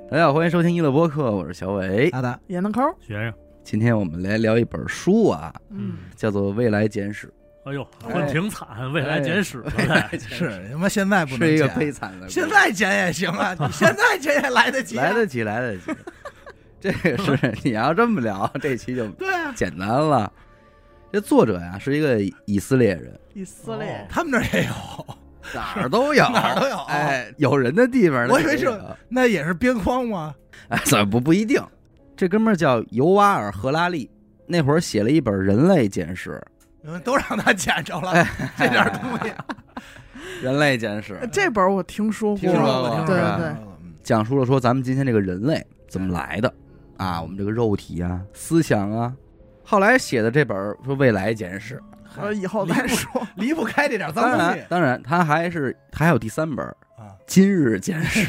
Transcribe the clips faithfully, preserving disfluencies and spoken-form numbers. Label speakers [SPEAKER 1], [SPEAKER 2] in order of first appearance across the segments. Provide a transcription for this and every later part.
[SPEAKER 1] 大家好，欢迎收听娱乐播客，我是小伟。
[SPEAKER 2] 好的，
[SPEAKER 3] 闫德抠
[SPEAKER 4] 学生，
[SPEAKER 1] 今天我们来聊一本书啊，
[SPEAKER 3] 嗯，
[SPEAKER 1] 叫做《未来简史》。
[SPEAKER 4] 哎呦，混挺惨，未来简史了，
[SPEAKER 2] 是他妈现在不能
[SPEAKER 1] 是一个
[SPEAKER 2] 剪
[SPEAKER 1] 悲惨的故事，
[SPEAKER 2] 现在剪也行啊，你现在剪也来得及、啊，
[SPEAKER 1] 来得及，来得及。这个是你要这么聊，这期就
[SPEAKER 2] 对啊，
[SPEAKER 1] 简单了。这作者呀是一个以色列人，
[SPEAKER 3] 以色列、
[SPEAKER 2] 哦，他们那儿也有，
[SPEAKER 1] 哪儿都有，
[SPEAKER 2] 哪儿都有。
[SPEAKER 1] 哎，有人的地方，
[SPEAKER 2] 我以为是那也是边框吗？
[SPEAKER 1] 哎，怎不不一定。这哥们儿叫尤瓦尔·赫拉利，那会儿写了一本《人类简史》，
[SPEAKER 2] 都让他捡着了，
[SPEAKER 1] 哎、
[SPEAKER 2] 这点东西。
[SPEAKER 1] 人类简史
[SPEAKER 3] 这本我听说过，
[SPEAKER 1] 听说过，
[SPEAKER 3] 对对对，
[SPEAKER 1] 讲述了说咱们今天这个人类怎么来的啊，我们这个肉体啊、思想啊。后来写的这本说未来简史，
[SPEAKER 3] 呃，以后再说，
[SPEAKER 2] 离不开这点脏
[SPEAKER 1] 当
[SPEAKER 2] 东西。
[SPEAKER 1] 然，当然，他还是还有第三本
[SPEAKER 2] 啊，
[SPEAKER 1] 今日简史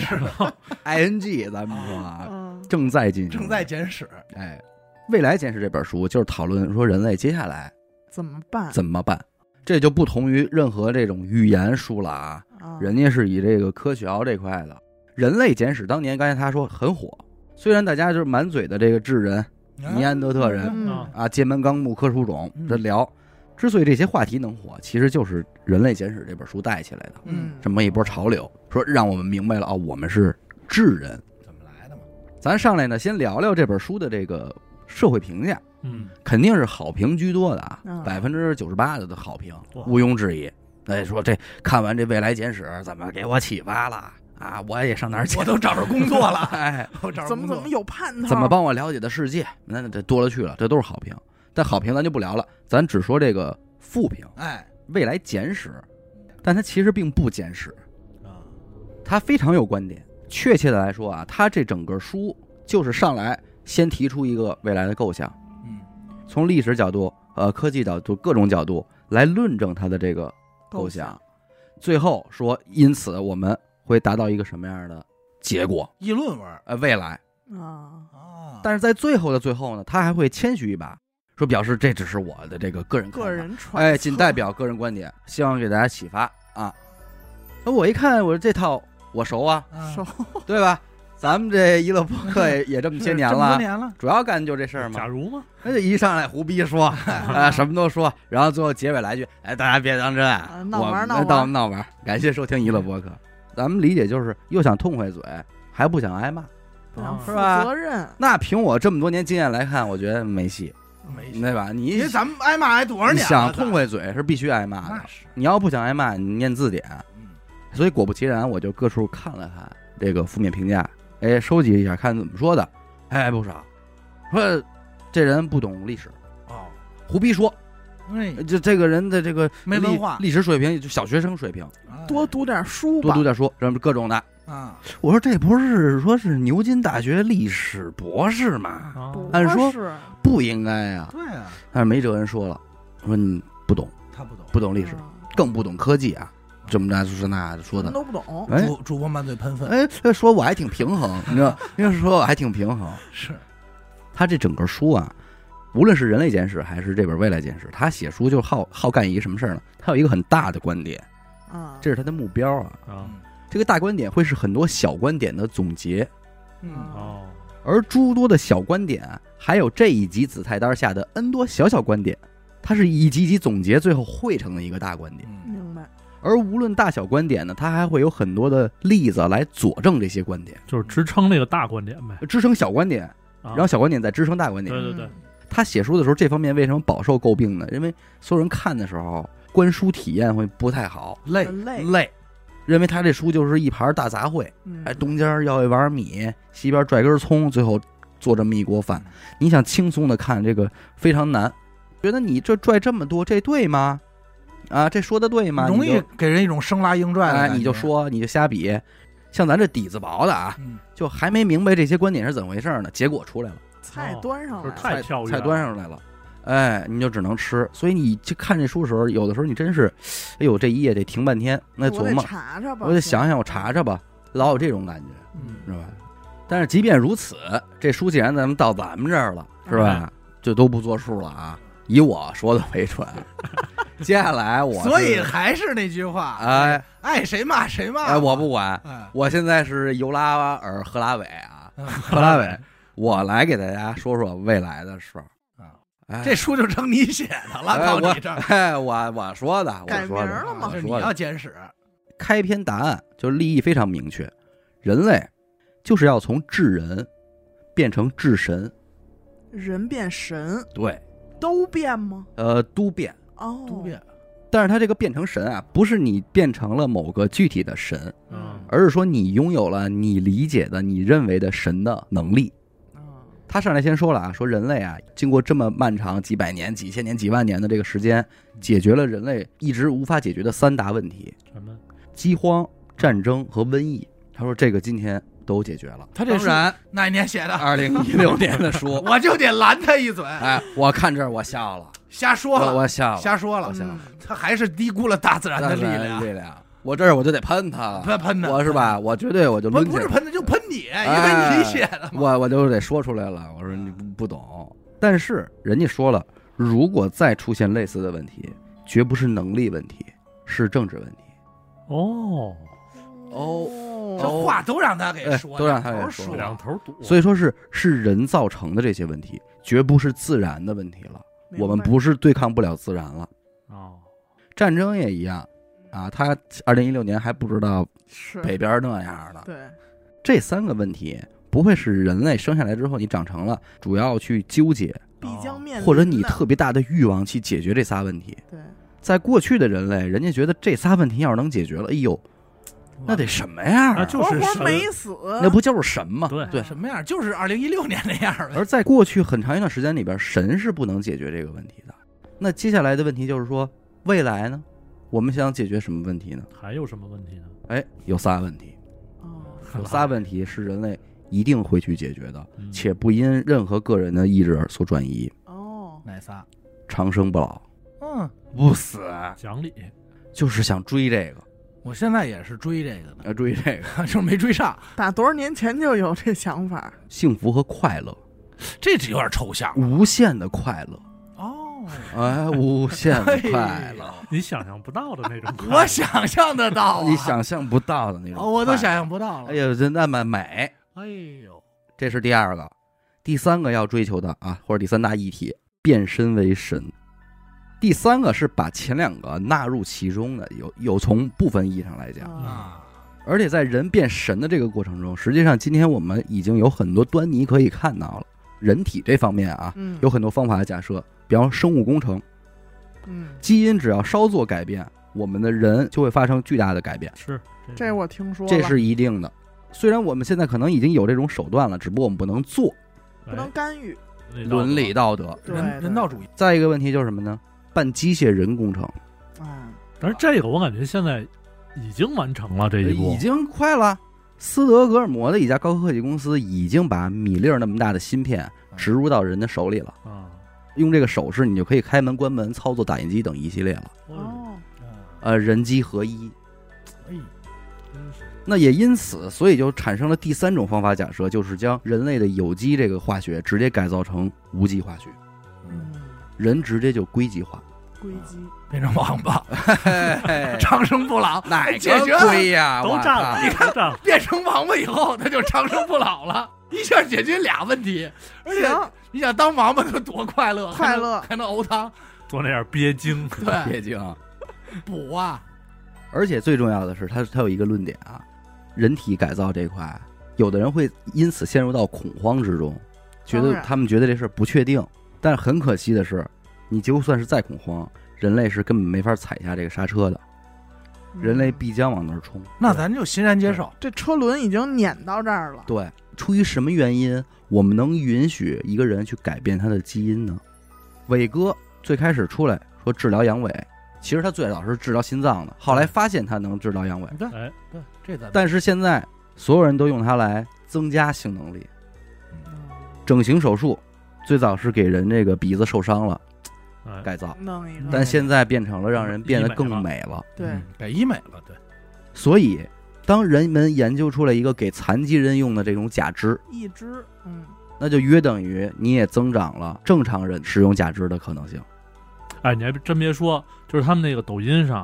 [SPEAKER 1] ，I N G， 咱们说啊，
[SPEAKER 3] 嗯、
[SPEAKER 1] 正在进行，
[SPEAKER 2] 正在简史。
[SPEAKER 1] 哎，未来简史这本书就是讨论说人类接下来
[SPEAKER 3] 怎么办？
[SPEAKER 1] 怎么办？这就不同于任何这种语言书了啊，
[SPEAKER 3] 啊
[SPEAKER 1] 人家是以这个科学这块的。人类简史当年刚才他说很火，虽然大家就是满嘴的这个智人、尼安德特人、
[SPEAKER 3] 嗯、
[SPEAKER 1] 啊、界门纲目科属种的聊，之所以这些话题能火，其实就是《人类简史》这本书带起来的，
[SPEAKER 3] 嗯，
[SPEAKER 1] 这么一波潮流，说让我们明白了哦，我们是智人，
[SPEAKER 2] 怎么来的嘛？
[SPEAKER 1] 咱上来呢，先聊聊这本书的这个社会评价，
[SPEAKER 4] 嗯，
[SPEAKER 1] 肯定是好评居多的啊，
[SPEAKER 3] 嗯
[SPEAKER 1] 百分之九十八的的好评，毋庸置疑。哎，说这看完这《未来简史》，怎么给我启发了啊？我也上哪儿去？
[SPEAKER 2] 我都找着工作了，
[SPEAKER 1] 哎，
[SPEAKER 2] 我找着
[SPEAKER 3] 怎么怎么有盼头？
[SPEAKER 1] 怎么帮我了解的世界？那这多了去了，这都是好评。但好评咱就不聊了，咱只说这个负评。
[SPEAKER 2] 哎，
[SPEAKER 1] 未来简史，但它其实并不简史
[SPEAKER 2] 啊，
[SPEAKER 1] 它非常有观点。确切的来说啊，它这整个书就是上来先提出一个未来的构想，
[SPEAKER 2] 嗯，
[SPEAKER 1] 从历史角度、呃科技角度各种角度来论证它的这个构想，最后说，因此我们会达到一个什么样的结果？
[SPEAKER 2] 议论文，
[SPEAKER 1] 呃，未来
[SPEAKER 3] 啊
[SPEAKER 2] 啊，
[SPEAKER 1] 但是在最后的最后呢，他还会谦虚一把，说表示这只是我的这个个人看法
[SPEAKER 3] 个人传，
[SPEAKER 1] 哎，仅代表个人观点，希望给大家启发啊。那我一看，我说这套我熟啊，
[SPEAKER 3] 熟，
[SPEAKER 1] 对吧？咱们这娱乐播客也也这么些年了，
[SPEAKER 2] 多年了，
[SPEAKER 1] 主要干就这事儿嘛。
[SPEAKER 4] 假如吗？
[SPEAKER 1] 那就一上来胡逼说，啊，什么都说，然后最后结尾来句，哎，大家别当真，
[SPEAKER 3] 啊闹玩
[SPEAKER 1] 我
[SPEAKER 3] 闹玩
[SPEAKER 1] 闹闹玩。感谢收听娱乐播客，咱们理解就是又想痛快嘴，还不想挨骂，
[SPEAKER 3] 不想负
[SPEAKER 1] 是吧
[SPEAKER 3] 责任。
[SPEAKER 1] 那凭我这么多年经验来看，我觉得没戏，
[SPEAKER 2] 没戏，
[SPEAKER 1] 对吧？你
[SPEAKER 2] 因为咱们挨骂挨多少
[SPEAKER 1] 你
[SPEAKER 2] 年了？
[SPEAKER 1] 想痛快嘴是必须挨骂的
[SPEAKER 2] 那，是，
[SPEAKER 1] 你要不想挨骂，你念字典。
[SPEAKER 2] 嗯，
[SPEAKER 1] 所以果不其然，我就各处看了看这个负面评价，哎，收集一下看怎么说的，哎，不少说这人不懂历史，
[SPEAKER 2] 哦，
[SPEAKER 1] 胡逼说，
[SPEAKER 2] 哎，
[SPEAKER 1] 就这个人的这个
[SPEAKER 2] 没文化
[SPEAKER 1] 历史水平就小学生水平，
[SPEAKER 3] 多读点书吧，
[SPEAKER 1] 多读点书，什么各种的。
[SPEAKER 2] 啊，
[SPEAKER 1] 我说这不是说是牛津大学历史博士吗？
[SPEAKER 4] 啊
[SPEAKER 3] 不
[SPEAKER 1] 按说
[SPEAKER 3] 是
[SPEAKER 1] 不应该呀。
[SPEAKER 2] 对啊，
[SPEAKER 1] 但是没辙人说了，说你不懂，
[SPEAKER 2] 他不懂，
[SPEAKER 1] 不懂历史，更不懂科技啊，这么着说那说的
[SPEAKER 3] 什么。都不懂。
[SPEAKER 1] 哎
[SPEAKER 2] 主主播满嘴喷粪，
[SPEAKER 1] 哎，这说我还挺平衡，你知道，因为说我还挺平衡。
[SPEAKER 2] 是，
[SPEAKER 1] 他这整个书啊，无论是《人类简史》还是这本《未来简史》，他写书就好好干一个什么事儿呢？他有一个很大的观点，
[SPEAKER 3] 啊，
[SPEAKER 1] 这是他的目标啊。
[SPEAKER 4] 啊
[SPEAKER 1] 这个大观点会是很多小观点的总结，
[SPEAKER 2] 嗯，
[SPEAKER 4] 哦，
[SPEAKER 1] 而诸多的小观点，还有这一集子菜单下的 N 多小小观点，它是一集集总结，最后汇成的一个大观点。
[SPEAKER 2] 嗯，
[SPEAKER 3] 明白。
[SPEAKER 1] 而无论大小观点呢，它还会有很多的例子来佐证这些观点，
[SPEAKER 4] 就是支撑那个大观点呗，
[SPEAKER 1] 支撑小观点，
[SPEAKER 4] 啊
[SPEAKER 1] 然后小观点再支撑大观点。
[SPEAKER 4] 对对对，
[SPEAKER 1] 他写书的时候，这方面为什么饱受诟病呢？因为所有人看的时候，观书体验会不太好，
[SPEAKER 2] 累，
[SPEAKER 3] 累，
[SPEAKER 1] 累，认为他这书就是一盘大杂烩，
[SPEAKER 3] 嗯
[SPEAKER 1] 哎，东间要一碗米，西边拽根葱，最后做这么一锅饭。你想轻松的看这个非常难，觉得你这拽这么多，这对吗？啊，这说的对吗？
[SPEAKER 2] 容易给人一种生拉硬拽的感
[SPEAKER 1] 哎，
[SPEAKER 2] 觉，
[SPEAKER 1] 你就说，你就瞎比。像咱这底子薄的啊，
[SPEAKER 2] 嗯，
[SPEAKER 1] 就还没明白这些观点是怎么回事呢，结果出来了，
[SPEAKER 3] 菜端上
[SPEAKER 4] 就是
[SPEAKER 3] 来了，
[SPEAKER 4] 太跳跃了，
[SPEAKER 1] 菜端上来了。哎，你就只能吃，所以你去看这书的时候，有的时候你真是，哎呦，这一页得停半天，那琢
[SPEAKER 3] 我得
[SPEAKER 1] 磨，
[SPEAKER 3] 查查吧，
[SPEAKER 1] 我得想想，我查查吧，老有这种感觉，
[SPEAKER 2] 嗯，
[SPEAKER 1] 是吧？但是即便如此，这书既然咱们到咱们这儿了，是吧？就都不作数了啊，以我说的为准。接下来我，
[SPEAKER 2] 所以还是那句话，
[SPEAKER 1] 哎，
[SPEAKER 2] 爱谁骂谁骂，
[SPEAKER 1] 哎，我不管，
[SPEAKER 2] 哎，
[SPEAKER 1] 我现在是尤拉尔赫拉韦啊， 克拉伟，我来给大家说说未来的事儿
[SPEAKER 2] 啊。
[SPEAKER 1] 哎，
[SPEAKER 2] 这书就成你写的了，到你这儿
[SPEAKER 1] 哎，我我说的，
[SPEAKER 3] 改
[SPEAKER 1] 我说的
[SPEAKER 3] 名了吗
[SPEAKER 2] 是你
[SPEAKER 1] 我说的
[SPEAKER 2] 要监视。
[SPEAKER 1] 开篇答案就立意非常明确，人类就是要从智人变成智神，
[SPEAKER 3] 人变神
[SPEAKER 1] 对，
[SPEAKER 3] 都变吗？
[SPEAKER 1] 呃，都变。
[SPEAKER 3] 哦，
[SPEAKER 2] 都变。
[SPEAKER 1] 但是它这个变成神啊，不是你变成了某个具体的神，
[SPEAKER 4] 嗯，
[SPEAKER 1] 而是说你拥有了你理解的、你认为的神的能力。他上来先说了啊，说人类啊，经过这么漫长几百年、几千年、几万年的这个时间，解决了人类一直无法解决的三大问题：
[SPEAKER 4] 什么？
[SPEAKER 1] 饥荒、战争和瘟疫。他说这个今天都解决了。
[SPEAKER 2] 他这书
[SPEAKER 1] 当然，
[SPEAKER 2] 哪一年写的？
[SPEAKER 1] 二零一六年的书，
[SPEAKER 2] 我就得拦他一嘴。
[SPEAKER 1] 哎，我看这儿我笑了，
[SPEAKER 2] 瞎说了，
[SPEAKER 1] 我我笑了，
[SPEAKER 2] 瞎说了
[SPEAKER 1] 我，笑了，
[SPEAKER 2] 他还是低估了大自然的力量。
[SPEAKER 1] 力量。我这儿我就得喷他了，
[SPEAKER 2] 不喷他，
[SPEAKER 1] 我是吧？我绝对我就
[SPEAKER 2] 不
[SPEAKER 1] 抡起来
[SPEAKER 2] 不是喷他，就喷你，因
[SPEAKER 1] 哎
[SPEAKER 2] 为你写的嘛。
[SPEAKER 1] 我我就得说出来了。我说你不不懂，但是人家说了，如果再出现类似的问题，绝不是能力问题，是政治问题。
[SPEAKER 4] 哦，
[SPEAKER 1] 哦
[SPEAKER 2] 这话都让他给说，
[SPEAKER 1] 哎都让他给
[SPEAKER 2] 说
[SPEAKER 1] 说
[SPEAKER 4] 两头堵。
[SPEAKER 1] 所以说是是人造成的这些问题，绝不是自然的问题了。
[SPEAKER 3] 明白
[SPEAKER 1] 我们不是对抗不了自然了。
[SPEAKER 4] 哦，
[SPEAKER 1] 战争也一样啊，他二零一六年还不知道
[SPEAKER 3] 是
[SPEAKER 1] 北边那样的。
[SPEAKER 3] 对，
[SPEAKER 1] 这三个问题不会是人类生下来之后你长成了，主要去纠结，
[SPEAKER 3] 必将面临的
[SPEAKER 1] 或者你特别大的欲望去解决这仨问题。
[SPEAKER 3] 对，
[SPEAKER 1] 在过去的人类，人家觉得这仨问题要是能解决了，哎呦，那得什么样啊？
[SPEAKER 4] 那就是
[SPEAKER 3] 活活
[SPEAKER 4] 神
[SPEAKER 3] 没死，
[SPEAKER 1] 那不就是神吗？
[SPEAKER 4] 对
[SPEAKER 1] 对。
[SPEAKER 2] 什么样？就是二零一六年那样呗。
[SPEAKER 1] 而在过去很长一段时间里边，神是不能解决这个问题的。那接下来的问题就是说，未来呢，我们想解决什么问题呢？
[SPEAKER 4] 还有什么问题呢？
[SPEAKER 1] 哎，有仨问题，
[SPEAKER 3] 哦，
[SPEAKER 1] 有仨问题是人类一定会去解决的，
[SPEAKER 4] 嗯
[SPEAKER 1] 且不因任何个人的意志所转移。
[SPEAKER 3] 哦，
[SPEAKER 2] 哪仨？
[SPEAKER 1] 长生不老，
[SPEAKER 2] 嗯，
[SPEAKER 1] 不死，
[SPEAKER 4] 讲理。
[SPEAKER 1] 就是想追这个，
[SPEAKER 2] 我现在也是追这个的，
[SPEAKER 1] 呃，追这个
[SPEAKER 2] 就是没追上。
[SPEAKER 3] 打多少年前就有这想法，
[SPEAKER 1] 幸福和快乐，
[SPEAKER 2] 这有点抽象
[SPEAKER 1] 无限的快乐，
[SPEAKER 2] 哦。
[SPEAKER 1] 哎，无限的快乐，
[SPEAKER 4] 你想象不到的那种快乐。
[SPEAKER 2] 我想象得到啊，
[SPEAKER 1] 你想象不到的那种快乐，
[SPEAKER 2] 哦我都想象不到了。
[SPEAKER 1] 哎呀，就那么美。
[SPEAKER 2] 哎呦，
[SPEAKER 1] 这是第二个，第三个要追求的啊，或者第三大议题，变身为神。第三个是把前两个纳入其中的，有有从部分意义上来讲，
[SPEAKER 3] 啊，
[SPEAKER 2] 啊，
[SPEAKER 1] 而且在人变神的这个过程中，实际上今天我们已经有很多端倪可以看到了。人体这方面啊，
[SPEAKER 3] 嗯，
[SPEAKER 1] 有很多方法的假设，比方生物工程，
[SPEAKER 3] 嗯，
[SPEAKER 1] 基因只要稍作改变，我们的人就会发生巨大的改变，
[SPEAKER 4] 是
[SPEAKER 3] 这我听说了，
[SPEAKER 1] 这是一定的。虽然我们现在可能已经有这种手段了，只不过我们不能做，
[SPEAKER 3] 不能干预，
[SPEAKER 4] 哎
[SPEAKER 1] 伦理道德。
[SPEAKER 3] 对
[SPEAKER 2] 人人道主义。
[SPEAKER 1] 再一个问题就是什么呢？办机械人工程，
[SPEAKER 3] 嗯，
[SPEAKER 4] 但是这个我感觉现在已经完成了这一步，
[SPEAKER 1] 已经快了。斯德哥尔摩的一家高科技公司已经把米粒儿那么大的芯片植入到人的手里了，
[SPEAKER 4] 啊，
[SPEAKER 1] 用这个手势你就可以开门、关门、操作打印机等一系列了。
[SPEAKER 4] 哦，
[SPEAKER 3] 哦，
[SPEAKER 1] 呃，人机合一。
[SPEAKER 2] 哎，
[SPEAKER 4] 真是
[SPEAKER 1] 那也因此，所以就产生了第三种方法假设，就是将人类的有机这个化学直接改造成无机化学，
[SPEAKER 3] 嗯，
[SPEAKER 1] 人直接就硅基化。
[SPEAKER 3] 硅基，
[SPEAKER 2] 变成王八，
[SPEAKER 1] 嘿
[SPEAKER 2] 长生不老，
[SPEAKER 1] 哪
[SPEAKER 2] 解决
[SPEAKER 1] 个硅呀？
[SPEAKER 4] 都
[SPEAKER 1] 我
[SPEAKER 4] 占了，
[SPEAKER 1] 靠
[SPEAKER 4] 都占了。
[SPEAKER 2] 变成王八以后，他就长生不老了，一下解决俩问题。而且
[SPEAKER 3] 行，
[SPEAKER 2] 你想当王八他多快乐，
[SPEAKER 3] 快乐
[SPEAKER 2] 还能还能熬汤，
[SPEAKER 4] 做那样鳖精，
[SPEAKER 2] 对，
[SPEAKER 1] 别惊。
[SPEAKER 2] 补啊，
[SPEAKER 1] 而且最重要的是，它它有一个论点啊，人体改造这块，有的人会因此陷入到恐慌之中，觉得
[SPEAKER 3] 当然
[SPEAKER 1] 他们觉得这事儿不确定。但是很可惜的是，你就算是再恐慌，人类是根本没法踩下这个刹车的，
[SPEAKER 3] 嗯
[SPEAKER 1] 人类必将往那儿冲。
[SPEAKER 2] 那咱就欣然接受。
[SPEAKER 3] 这车轮已经碾到这儿了，
[SPEAKER 1] 对，出于什么原因，我们能允许一个人去改变他的基因呢？伟哥最开始出来说治疗阳痿，其实他最早是治疗心脏的，后来发现他能治疗阳痿，
[SPEAKER 2] 你看，
[SPEAKER 4] 哎，
[SPEAKER 2] 对，这咱
[SPEAKER 1] 但是现在所有人都用它来增加性能力。
[SPEAKER 3] 嗯
[SPEAKER 1] 整形手术最早是给人这个鼻子受伤了
[SPEAKER 4] 哎，
[SPEAKER 1] 改造，
[SPEAKER 3] 弄一个，
[SPEAKER 1] 但现在变成了让人变得更美了。
[SPEAKER 3] 对，
[SPEAKER 2] 嗯改医美了，对，
[SPEAKER 1] 所以，当人们研究出来一个给残疾人用的这种假肢，
[SPEAKER 3] 一只，嗯，
[SPEAKER 1] 那就约等于你也增长了正常人使用假肢的可能性。
[SPEAKER 4] 哎，你还真别说，就是他们那个抖音上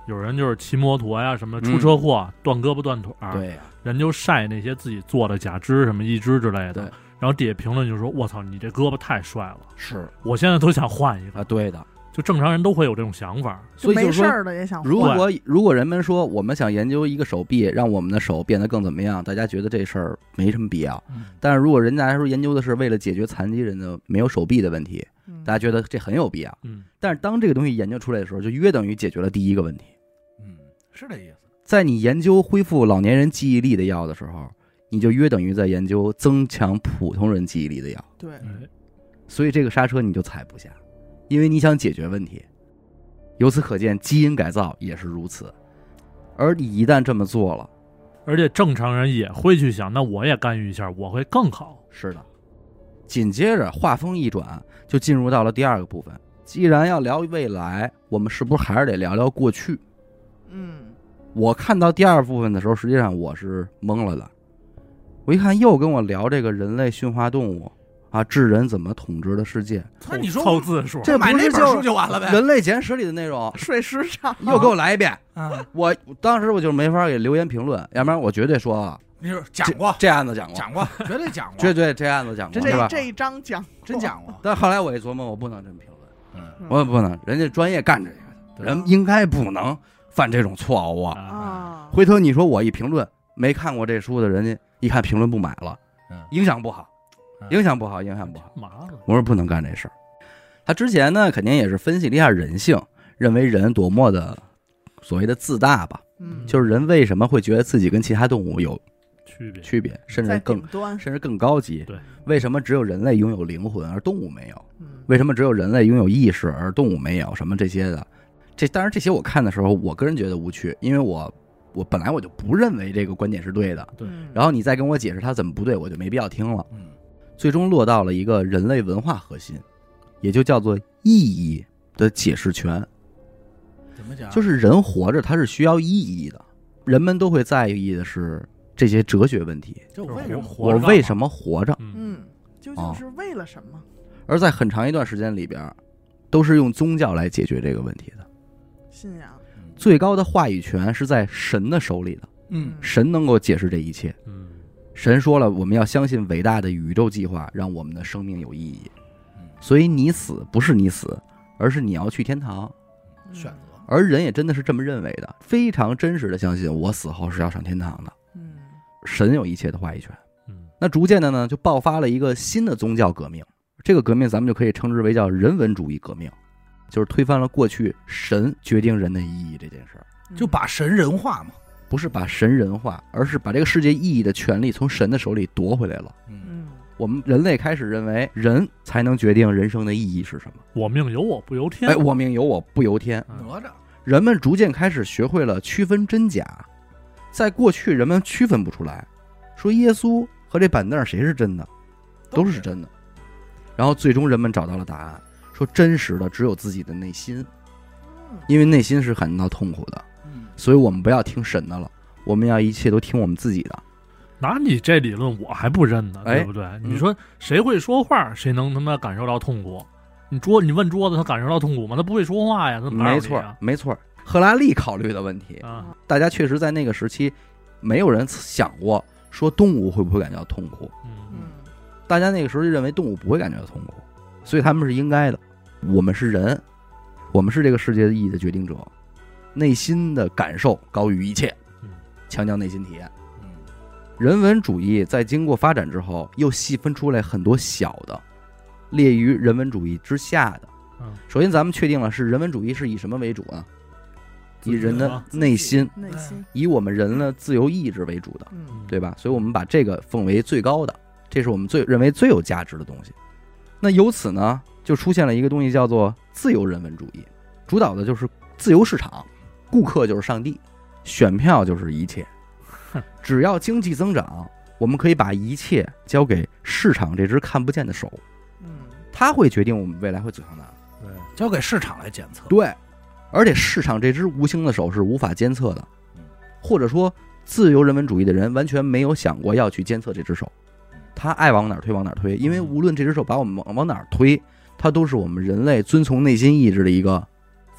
[SPEAKER 4] 有人就是骑摩托呀，什么出车祸、嗯、断胳膊断腿儿，
[SPEAKER 1] 对呀、啊，
[SPEAKER 4] 人就晒那些自己做的假肢什么义肢之类的，然后底下评论就说：“我操，你这胳膊太帅了，
[SPEAKER 1] 是
[SPEAKER 4] 我现在都想换一个
[SPEAKER 1] 啊。”对的，
[SPEAKER 4] 就正常人都会有这种想法，
[SPEAKER 1] 所以就是说，
[SPEAKER 3] 没事的也想换。
[SPEAKER 1] 如果如果人们说我们想研究一个手臂，让我们的手变得更怎么样，大家觉得这事儿没什么必要。嗯、但是如果人家说研究的是为了解决残疾人的没有手臂的问题，嗯、大家觉得这很有必要。嗯，但是当这个东西研究出来的时候，就约等于解决了第一个问题。
[SPEAKER 2] 嗯，是这意思。
[SPEAKER 1] 在你研究恢复老年人记忆力的药的时候，你就约等于在研究增强普通人记忆力的药。
[SPEAKER 3] 对，
[SPEAKER 1] 所以这个刹车你就踩不下，因为你想解决问题。由此可见，基因改造也是如此。而你一旦这么做了，
[SPEAKER 4] 而且正常人也会去想，那我也干预一下，我会更好。
[SPEAKER 1] 是的。紧接着话锋一转，就进入到了第二个部分。既然要聊未来，我们是不是还是得聊聊过去？
[SPEAKER 3] 嗯，
[SPEAKER 1] 我看到第二部分的时候，实际上我是懵了的。我一看，又跟我聊这个人类驯化动物啊，智人怎么统治的世界？
[SPEAKER 2] 那你说
[SPEAKER 4] 凑字数，
[SPEAKER 1] 这不是
[SPEAKER 2] 就书就完了呗？
[SPEAKER 1] 人类简史里的内容，
[SPEAKER 3] 睡时长
[SPEAKER 1] 又给我来一遍。
[SPEAKER 2] 啊！
[SPEAKER 1] 我当时我就没法给留言评论，要不然我绝对说啊，
[SPEAKER 2] 你说讲过
[SPEAKER 1] 这, 这案子讲过，
[SPEAKER 2] 讲过，绝对讲过，
[SPEAKER 1] 绝对这案子讲过，
[SPEAKER 3] 这
[SPEAKER 1] 对吧？
[SPEAKER 3] 这一章讲
[SPEAKER 2] 真讲过。
[SPEAKER 1] 但后来我一琢磨，我不能这么评论，
[SPEAKER 2] 嗯，
[SPEAKER 1] 我也不能，人家专业干这个，人应该不能犯这种错误啊。
[SPEAKER 3] 啊！
[SPEAKER 1] 回头你说我一评论，没看过这书的人家一看评论不买了，影响不好，影响不好，影响不好，
[SPEAKER 4] 麻烦。
[SPEAKER 1] 我说不能干这事儿。他之前呢，肯定也是分析了一下人性，认为人多么的所谓的自大吧，
[SPEAKER 3] 嗯，
[SPEAKER 1] 就是人为什么会觉得自己跟其他动物有
[SPEAKER 4] 区别，
[SPEAKER 1] 区别，甚至更甚至更高级。
[SPEAKER 4] 对，
[SPEAKER 1] 为什么只有人类拥有灵魂，而动物没有？
[SPEAKER 3] 嗯，
[SPEAKER 1] 为什么只有人类拥有意识，而动物没有？什么这些的？这当然这些我看的时候，我个人觉得无趣，因为我我本来我就不认为这个观点是对的。
[SPEAKER 4] 对，
[SPEAKER 1] 然后你再跟我解释它怎么不对，我就没必要听了。
[SPEAKER 2] 嗯，
[SPEAKER 1] 最终落到了一个人类文化核心，也就叫做意义的解释权。
[SPEAKER 2] 怎么讲？
[SPEAKER 1] 就是人活着，他是需要意义的。人们都会在意的是这些哲学问题。
[SPEAKER 2] 就为什么
[SPEAKER 1] 我为什么活着？
[SPEAKER 3] 嗯，究竟是为了什么？
[SPEAKER 1] 而在很长一段时间里边，都是用宗教来解决这个问题的。
[SPEAKER 3] 信仰
[SPEAKER 1] 最高的话语权是在神的手里的。
[SPEAKER 2] 嗯，
[SPEAKER 1] 神能够解释这一切。
[SPEAKER 4] 嗯，
[SPEAKER 1] 神说了，我们要相信伟大的宇宙计划，让我们的生命有意义。所以你死不是你死，而是你要去天堂。
[SPEAKER 2] 选择。
[SPEAKER 1] 而人也真的是这么认为的，非常真实的相信我死后是要上天堂的。
[SPEAKER 3] 嗯，
[SPEAKER 1] 神有一切的话语权。
[SPEAKER 4] 嗯，
[SPEAKER 1] 那逐渐的呢，就爆发了一个新的宗教革命。这个革命咱们就可以称之为叫人文主义革命，就是推翻了过去神决定人的意义这件事儿，
[SPEAKER 2] 就把神人化嘛。
[SPEAKER 1] 不是把神人化，而是把这个世界意义的权利从神的手里夺回来了。
[SPEAKER 2] 嗯，
[SPEAKER 1] 我们人类开始认为人才能决定人生的意义是什么。
[SPEAKER 4] 我命由我不由天。
[SPEAKER 1] 哎，我命由我不由天。
[SPEAKER 2] 哪吒。
[SPEAKER 1] 人们逐渐开始学会了区分真假，在过去人们区分不出来，说耶稣和这板凳谁是真的，都是真的。然后最终人们找到了答案，说真实的只有自己的内心，因为内心是感到痛苦的。所以我们不要听神的了，我们要一切都听我们自己的。
[SPEAKER 4] 拿你这理论我还不认呢，
[SPEAKER 1] 哎、
[SPEAKER 4] 对不对？你说谁会说话，谁能他妈感受到痛苦？你桌你问桌子，他感受到痛苦吗？他不会说话呀，他
[SPEAKER 1] 没错没错。赫拉利考虑的问题
[SPEAKER 4] 啊，
[SPEAKER 1] 大家确实在那个时期，没有人想过说动物会不会感觉到痛苦。
[SPEAKER 3] 嗯，
[SPEAKER 1] 大家那个时候就认为动物不会感觉到痛苦，所以他们是应该的。我们是人，我们是这个世界的意义的决定者，内心的感受高于一切，强调内心体验。人文主义在经过发展之后，又细分出来很多小的，列于人文主义之下的。首先咱们确定了是人文主义是以什么为主啊？以人的内心，
[SPEAKER 3] 内心
[SPEAKER 1] 以我们人的自由意志为主的，对吧？所以我们把这个奉为最高的，这是我们最认为最有价值的东西。那由此呢，就出现了一个东西叫做自由人文主义，主导的就是自由市场，顾客就是上帝，选票就是一切。只要经济增长，我们可以把一切交给市场这只看不见的手，它会决定我们未来会走向哪。
[SPEAKER 2] 对，交给市场来检测。
[SPEAKER 1] 对，而且市场这只无形的手是无法监测的，或者说自由人文主义的人完全没有想过要去监测这只手，他爱往哪儿推往哪儿推，因为无论这只手把我们往往哪儿推，它都是我们人类遵从内心意志的一个方向。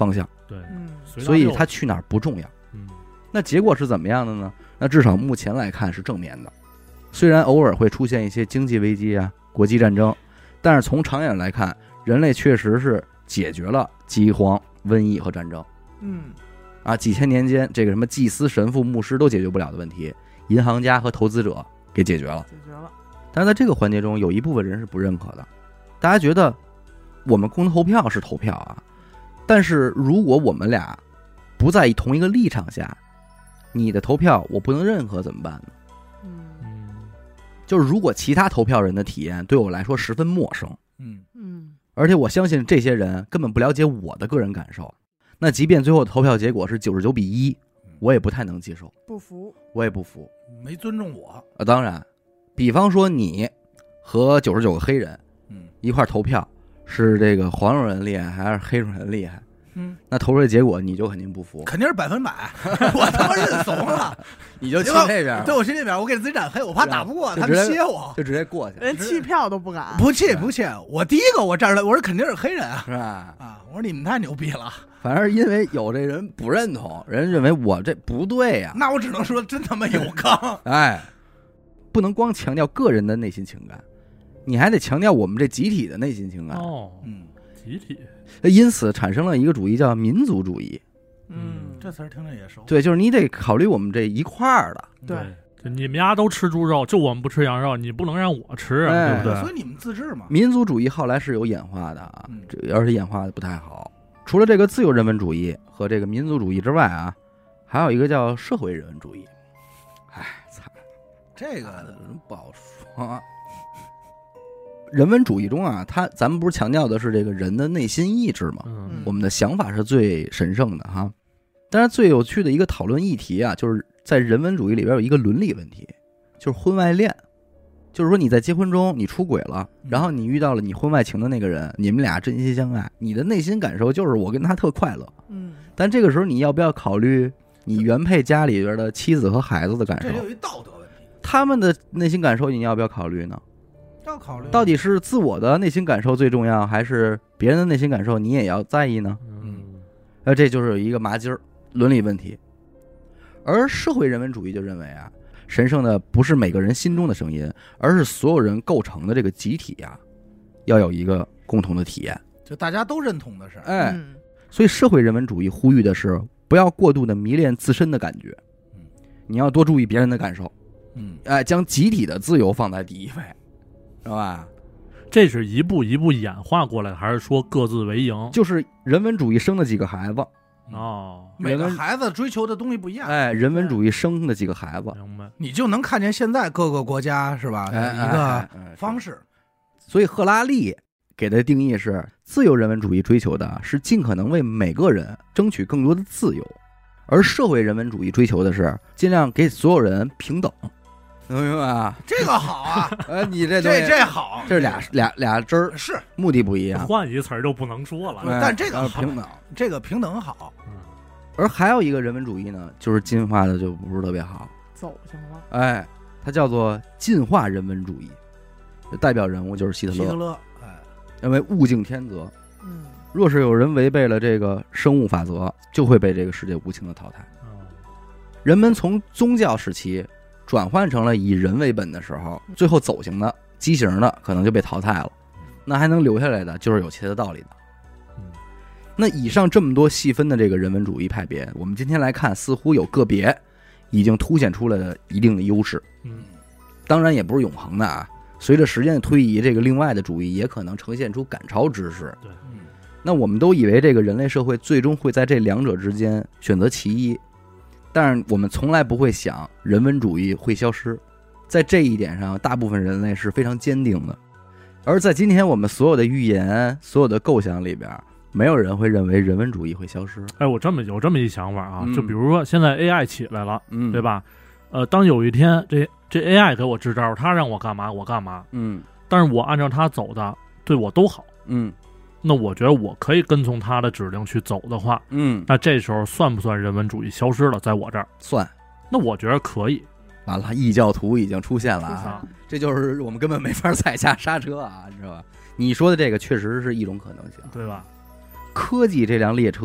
[SPEAKER 4] 对，
[SPEAKER 3] 嗯，
[SPEAKER 1] 所以他去哪儿不重要。
[SPEAKER 4] 嗯，
[SPEAKER 1] 那结果是怎么样的呢？那至少目前来看是正面的，虽然偶尔会出现一些经济危机啊、国际战争，但是从长远来看，人类确实是解决了饥荒、瘟疫和战争。
[SPEAKER 3] 嗯，
[SPEAKER 1] 啊，几千年间，这个什么祭司、神父、牧师都解决不了的问题，银行家和投资者给解决了。
[SPEAKER 3] 解决了。
[SPEAKER 1] 但是在这个环节中，有一部分人是不认可的，大家觉得我们公投票是投票啊，但是如果我们俩不在同一个立场下，你的投票我不能认可怎么办呢？
[SPEAKER 3] 嗯，
[SPEAKER 1] 就是如果其他投票人的体验对我来说十分陌生，
[SPEAKER 2] 嗯
[SPEAKER 3] 嗯，
[SPEAKER 1] 而且我相信这些人根本不了解我的个人感受，那即便最后投票结果是九十九比一，我也不太能接受，
[SPEAKER 3] 不服。
[SPEAKER 1] 我也不服。
[SPEAKER 2] 没尊重我。
[SPEAKER 1] 呃，当然，比方说你和九十九个黑人，
[SPEAKER 2] 嗯
[SPEAKER 1] 一块投票，是这个黄种人厉害还是黑种人厉害？
[SPEAKER 2] 嗯，
[SPEAKER 1] 那投出来结果你就肯定不服，
[SPEAKER 2] 肯定是百分百，我他妈认怂了。
[SPEAKER 1] 你就去那边，
[SPEAKER 2] 对我去那边，我给自己染黑，我怕打不过他
[SPEAKER 1] 就直接
[SPEAKER 2] 们歇我，
[SPEAKER 1] 就直接过去，
[SPEAKER 3] 连弃票都不敢。
[SPEAKER 2] 不气不气。我第一个我站出来，我说肯定是黑人啊
[SPEAKER 1] 是吧？
[SPEAKER 2] 啊！我说你们太牛逼了。
[SPEAKER 1] 反正因为有这人不认同，人认为我这不对呀、
[SPEAKER 2] 那我只能说真他妈有刚。
[SPEAKER 1] 哎，不能光强调个人的内心情感，你还得强调我们这集体的内心情感。
[SPEAKER 4] 哦，
[SPEAKER 2] 嗯，
[SPEAKER 4] 集体，
[SPEAKER 1] 因此产生了一个主义叫民族主义。
[SPEAKER 3] 嗯，
[SPEAKER 2] 这词儿听着也熟。
[SPEAKER 1] 对，就是你得考虑我们这一块儿的。
[SPEAKER 3] 对，
[SPEAKER 4] 就你们家都吃猪肉，就我们不吃羊肉，你不能让我吃啊，
[SPEAKER 1] 哎
[SPEAKER 4] 对不对？
[SPEAKER 2] 所以你们自治嘛。
[SPEAKER 1] 民族主义后来是有演化的啊
[SPEAKER 2] 嗯，
[SPEAKER 1] 这而且演化的不太好。除了这个自由人文主义和这个民族主义之外啊，还有一个叫社会人文主义。哎，操，
[SPEAKER 2] 这个
[SPEAKER 1] 不好说啊。人文主义中啊，它咱们不是强调的是这个人的内心意志吗？
[SPEAKER 4] 嗯
[SPEAKER 1] 我们的想法是最神圣的哈。但是最有趣的一个讨论议题啊，就是在人文主义里边有一个伦理问题，就是婚外恋。就是说你在结婚中你出轨了，然后你遇到了你婚外情的那个人，你们俩真心相爱，你的内心感受就是我跟他特快乐。
[SPEAKER 3] 嗯，
[SPEAKER 1] 但这个时候你要不要考虑你原配家里边的妻子和孩子的感受？
[SPEAKER 2] 这有一道德问题，
[SPEAKER 1] 他们的内心感受你要不要考虑呢？
[SPEAKER 2] 要考虑。
[SPEAKER 1] 到底是自我的内心感受最重要，还是别人的内心感受你也要在意呢？
[SPEAKER 4] 嗯，
[SPEAKER 1] 呃，这就是有一个麻筋儿伦理问题。而社会人文主义就认为啊，神圣的不是每个人心中的声音，而是所有人构成的这个集体啊，要有一个共同的体验。
[SPEAKER 2] 就大家都认同的事。
[SPEAKER 1] 哎，
[SPEAKER 3] 嗯
[SPEAKER 1] 所以社会人文主义呼吁的是不要过度的迷恋自身的感觉，
[SPEAKER 2] 嗯，
[SPEAKER 1] 你要多注意别人的感受，
[SPEAKER 2] 嗯，
[SPEAKER 1] 哎，将集体的自由放在第一位，是吧？
[SPEAKER 4] 这是一步一步演化过来的，还是说各自为营？
[SPEAKER 1] 就是人文主义生了几个孩子，
[SPEAKER 4] 哦，
[SPEAKER 2] 每个孩子追求的东西不一样。
[SPEAKER 1] 哎，人文主义生的几个孩子，
[SPEAKER 4] 明白。
[SPEAKER 2] 你就能看见现在各个国家是吧？有
[SPEAKER 1] 哎，
[SPEAKER 2] 一个
[SPEAKER 1] 哎
[SPEAKER 2] 方。式。
[SPEAKER 1] 所以赫拉利给的定义是，自由人文主义追求的是尽可能为每个人争取更多的自由，而社会人文主义追求的是尽量给所有人平等。能明白吧？
[SPEAKER 2] 这个好啊，
[SPEAKER 1] 呃，你这东西
[SPEAKER 2] 这这好，
[SPEAKER 1] 这是俩俩俩针儿，
[SPEAKER 2] 是，
[SPEAKER 1] 目的不一样。
[SPEAKER 4] 换一词儿就不能说了。
[SPEAKER 1] 哎
[SPEAKER 2] 但这个好
[SPEAKER 1] 呃平等。
[SPEAKER 2] 这个平等好。
[SPEAKER 1] 而还有一个人文主义呢，就是进化的就不是特别好，
[SPEAKER 3] 走行了。
[SPEAKER 1] 哎，它叫做进化人文主义，代表人物就是希特勒，
[SPEAKER 2] 希特勒，哎，
[SPEAKER 1] 认为物竞天择，
[SPEAKER 3] 嗯，
[SPEAKER 1] 若是有人违背了这个生物法则，就会被这个世界无情的淘汰。
[SPEAKER 4] 嗯
[SPEAKER 1] 人们从宗教时期转换成了以人为本的时候，最后走形的、畸形的可能就被淘汰了，那还能留下来的就是有其他道理的。
[SPEAKER 4] 嗯，
[SPEAKER 1] 那以上这么多细分的这个人文主义派别，我们今天来看，似乎有个别已经凸显出了一定的优势。
[SPEAKER 4] 嗯，
[SPEAKER 1] 当然也不是永恒的啊，随着时间的推移，这个另外的主义也可能呈现出赶超之势。
[SPEAKER 4] 对，
[SPEAKER 2] 嗯，
[SPEAKER 1] 那我们都以为这个人类社会最终会在这两者之间选择其一，但是我们从来不会想人文主义会消失。在这一点上，大部分人类是非常坚定的。而在今天我们所有的预言、所有的构想里边，没有人会认为人文主义会消失。
[SPEAKER 4] 哎，我这么有这么一想法啊，
[SPEAKER 1] 嗯
[SPEAKER 4] 就比如说现在 A I 起来了，
[SPEAKER 1] 嗯
[SPEAKER 4] 对？吧？呃，当有一天这这 A I 给我支招，他让我干嘛我干嘛，
[SPEAKER 1] 嗯
[SPEAKER 4] 但是我按照他走的，对我都好，
[SPEAKER 1] 嗯
[SPEAKER 4] 那我觉得我可以跟从他的指令去走的话，
[SPEAKER 1] 嗯，
[SPEAKER 4] 那这时候算不算人文主义消失了？在我这儿，
[SPEAKER 1] 算
[SPEAKER 4] 那我觉得可以
[SPEAKER 1] 完了，异教徒已经出现了啊！
[SPEAKER 4] 啊。
[SPEAKER 1] 这就是我们根本没法踩下刹车啊，你知道吧？你说的这个确实是一种可能性。
[SPEAKER 4] 对吧？
[SPEAKER 1] 科技这辆列车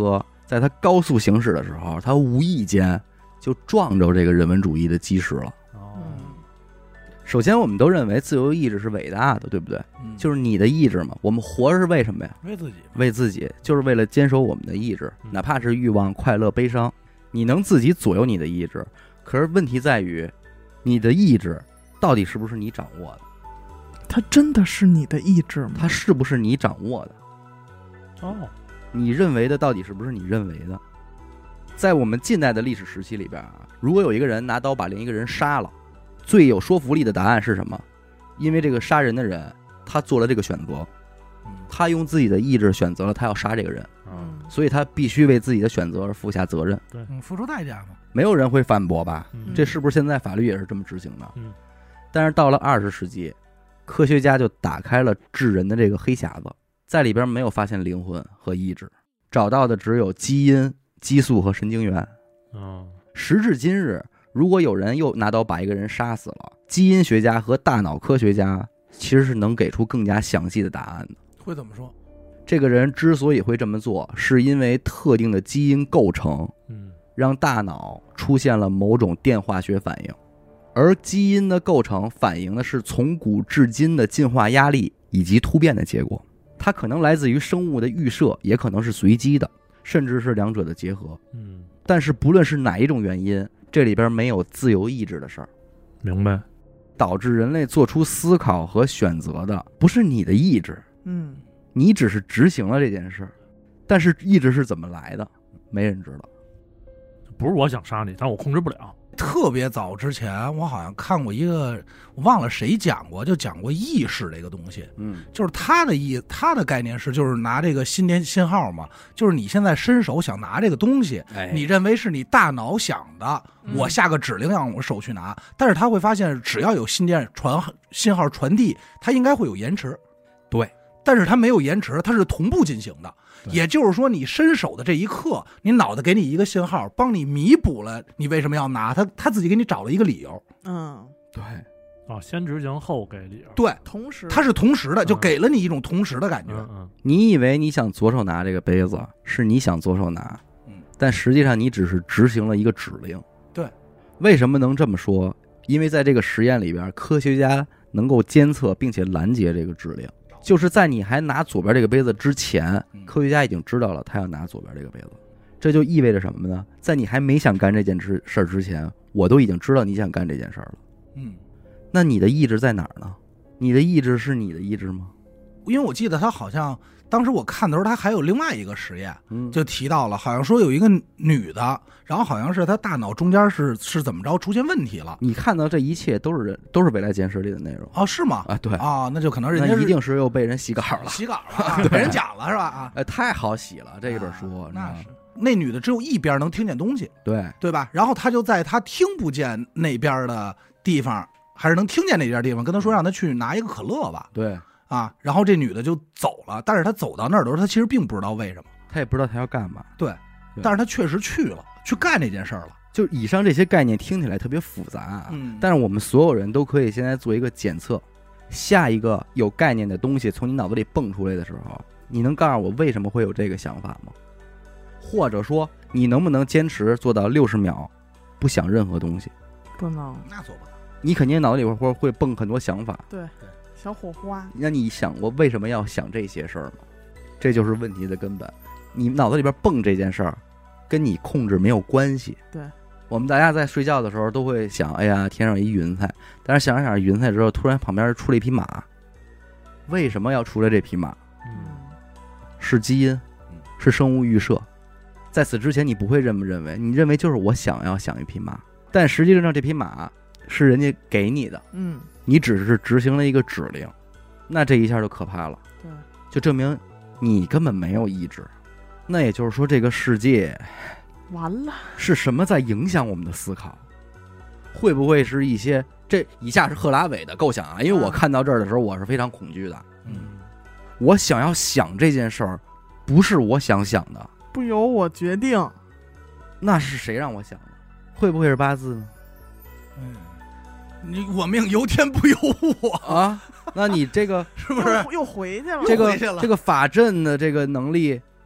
[SPEAKER 1] 在他高速行驶的时候，他无意间就撞着这个人文主义的基石了。
[SPEAKER 4] 哦，
[SPEAKER 1] 首先，我们都认为自由意志是伟大的，对不对？
[SPEAKER 2] 嗯
[SPEAKER 1] 就是你的意志嘛。我们活着是为什么呀？
[SPEAKER 2] 为自己，
[SPEAKER 1] 为自己，就是为了坚守我们的意志，
[SPEAKER 4] 嗯
[SPEAKER 1] 哪怕是欲望、快乐、悲伤，你能自己左右你的意志。可是问题在于，你的意志到底是不是你掌握的？
[SPEAKER 3] 它真的是你的意志吗？
[SPEAKER 1] 它是不是你掌握的？
[SPEAKER 4] 哦，
[SPEAKER 1] 你认为的到底是不是你认为的？在我们近代的历史时期里边啊，如果有一个人拿刀把另一个人杀了，最有说服力的答案是什么？因为这个杀人的人他做了这个选择，他用自己的意志选择了他要杀这个人，
[SPEAKER 4] 嗯，
[SPEAKER 1] 所以他必须为自己的选择而负下责任。
[SPEAKER 2] 嗯，付出代价嘛。
[SPEAKER 1] 没有人会反驳吧？
[SPEAKER 4] 嗯
[SPEAKER 1] 这是不是现在法律也是这么执行的？
[SPEAKER 4] 嗯，
[SPEAKER 1] 但是到了二十世纪，科学家就打开了智人的这个黑匣子，在里边没有发现灵魂和意志，找到的只有基因、激素和神经元。
[SPEAKER 4] 嗯，
[SPEAKER 1] 时至今日，如果有人又拿刀把一个人杀死了，基因学家和大脑科学家其实是能给出更加详细的答案的。
[SPEAKER 2] 会怎么说？
[SPEAKER 1] 这个人之所以会这么做，是因为特定的基因构成
[SPEAKER 4] 嗯，
[SPEAKER 1] 让大脑出现了某种电化学反应，而基因的构成反映的是从古至今的进化压力以及突变的结果。它可能来自于生物的预设，也可能是随机的，甚至是两者的结合。
[SPEAKER 4] 嗯，
[SPEAKER 1] 但是不论是哪一种原因，这里边没有自由意志的事儿。
[SPEAKER 4] 明白。
[SPEAKER 1] 导致人类做出思考和选择的不是你的意志，
[SPEAKER 3] 嗯，
[SPEAKER 1] 你只是执行了这件事，但是意志是怎么来的，没人知道。
[SPEAKER 4] 不是我想杀你，但我控制不了。
[SPEAKER 2] 特别早之前，我好像看过一个，我忘了谁讲过，就讲过意识这个东西。
[SPEAKER 1] 嗯，
[SPEAKER 2] 就是他的意，他的概念是，就是拿这个心电信号嘛，就是你现在伸手想拿这个东西，
[SPEAKER 1] 哎
[SPEAKER 2] 你认为是你大脑想的，
[SPEAKER 3] 嗯
[SPEAKER 2] 我下个指令让我手去拿，但是他会发现，只要有心电传信号传递，它应该会有延迟。
[SPEAKER 1] 对，
[SPEAKER 2] 但是它没有延迟，它是同步进行的。
[SPEAKER 1] 对
[SPEAKER 2] 也就是说，你伸手的这一刻，你脑袋给你一个信号，帮你弥补了你为什么要拿它，他自己给你找了一个理由。
[SPEAKER 3] 嗯，
[SPEAKER 1] 对，
[SPEAKER 4] 啊，先执行后给理由。
[SPEAKER 2] 对，
[SPEAKER 3] 同时
[SPEAKER 2] 它是同时的，就
[SPEAKER 4] 嗯
[SPEAKER 2] 给了你一种同时的感觉。
[SPEAKER 4] 嗯嗯，
[SPEAKER 1] 你以为你想左手拿这个杯子，是你想左手拿，
[SPEAKER 2] 嗯，
[SPEAKER 1] 但实际上你只是执行了一个指令。
[SPEAKER 2] 对，
[SPEAKER 1] 为什么能这么说？因为在这个实验里边，科学家能够监测并且拦截这个指令。就是在你还拿左边这个杯子之前，科学家已经知道了他要拿左边这个杯子，这就意味着什么呢？在你还没想干这件事事儿之前，我都已经知道你想干这件事儿了。
[SPEAKER 2] 嗯，
[SPEAKER 1] 那你的意志在哪儿呢？你的意志是你的意志吗？
[SPEAKER 2] 因为我记得他好像当时我看的时候，他还有另外一个实验，
[SPEAKER 1] 嗯，
[SPEAKER 2] 就提到了，好像说有一个女的，然后好像是她大脑中间是是怎么着出现问题了。
[SPEAKER 1] 你看到这一切都是人都是未来监视里的内容
[SPEAKER 2] 哦，是吗？
[SPEAKER 1] 啊，对，
[SPEAKER 2] 啊，那就可能人家是
[SPEAKER 1] 那一定是又被人洗稿了，
[SPEAKER 2] 洗稿了，啊被人讲了是吧？啊，
[SPEAKER 1] 哎，太好洗了这一本书，
[SPEAKER 2] 啊
[SPEAKER 1] 你知道吗
[SPEAKER 2] 那是那女的只有一边能听见东西，
[SPEAKER 1] 对，
[SPEAKER 2] 对吧？然后她就在她听不见那边的地方，还是能听见那边地方，跟她说让她去拿一个可乐吧，
[SPEAKER 1] 对，
[SPEAKER 2] 啊，然后这女的就走了，但是她走到那儿的时候，她其实并不知道为什么，
[SPEAKER 1] 他也不知道他要干嘛。
[SPEAKER 2] 对，
[SPEAKER 1] 对
[SPEAKER 2] 但是她确实去了，去干这件事儿了，
[SPEAKER 1] 就以上这些概念听起来特别复杂啊，
[SPEAKER 2] 嗯，
[SPEAKER 1] 但是我们所有人都可以现在做一个检测，下一个有概念的东西从你脑子里蹦出来的时候，你能告诉我为什么会有这个想法吗？或者说你能不能坚持做到六十秒不想任何东西？
[SPEAKER 3] 不能
[SPEAKER 2] 那做不到，
[SPEAKER 1] 你肯定脑子里会会蹦很多想法，
[SPEAKER 3] 对小火花，
[SPEAKER 1] 那你想过为什么要想这些事儿吗？这就是问题的根本。你脑子里边蹦这件事儿，跟你控制没有关系。
[SPEAKER 3] 对，
[SPEAKER 1] 我们大家在睡觉的时候都会想，哎呀，天上有一云彩，但是想着想着云彩之后，突然旁边出了一匹马，为什么要出来这匹马？
[SPEAKER 4] 嗯，
[SPEAKER 1] 是基因，是生物预设。在此之前，你不会这么认为，你认为就是我想要想一匹马，但实际上这匹马是人家给你的，
[SPEAKER 3] 嗯，
[SPEAKER 1] 你只是执行了一个指令，那这一下就可怕了，
[SPEAKER 3] 对，
[SPEAKER 1] 就证明你根本没有意志。那也就是说，这个世界
[SPEAKER 3] 完了，
[SPEAKER 1] 是什么在影响我们的思考？会不会是一些？这以下是赫拉韦的构想啊，因为我看到这儿的时候，我是非常恐惧的。
[SPEAKER 2] 嗯，
[SPEAKER 1] 我想要想这件事儿，不是我想想的，
[SPEAKER 3] 不由我决定，
[SPEAKER 1] 那是谁让我想的？会不会是八字呢？
[SPEAKER 2] 嗯，你我命由天不由我，
[SPEAKER 1] 啊，那你这个
[SPEAKER 2] 是不是？
[SPEAKER 3] 又又回去了？
[SPEAKER 1] 这个
[SPEAKER 2] 回去了
[SPEAKER 1] 这个法阵的这个能力，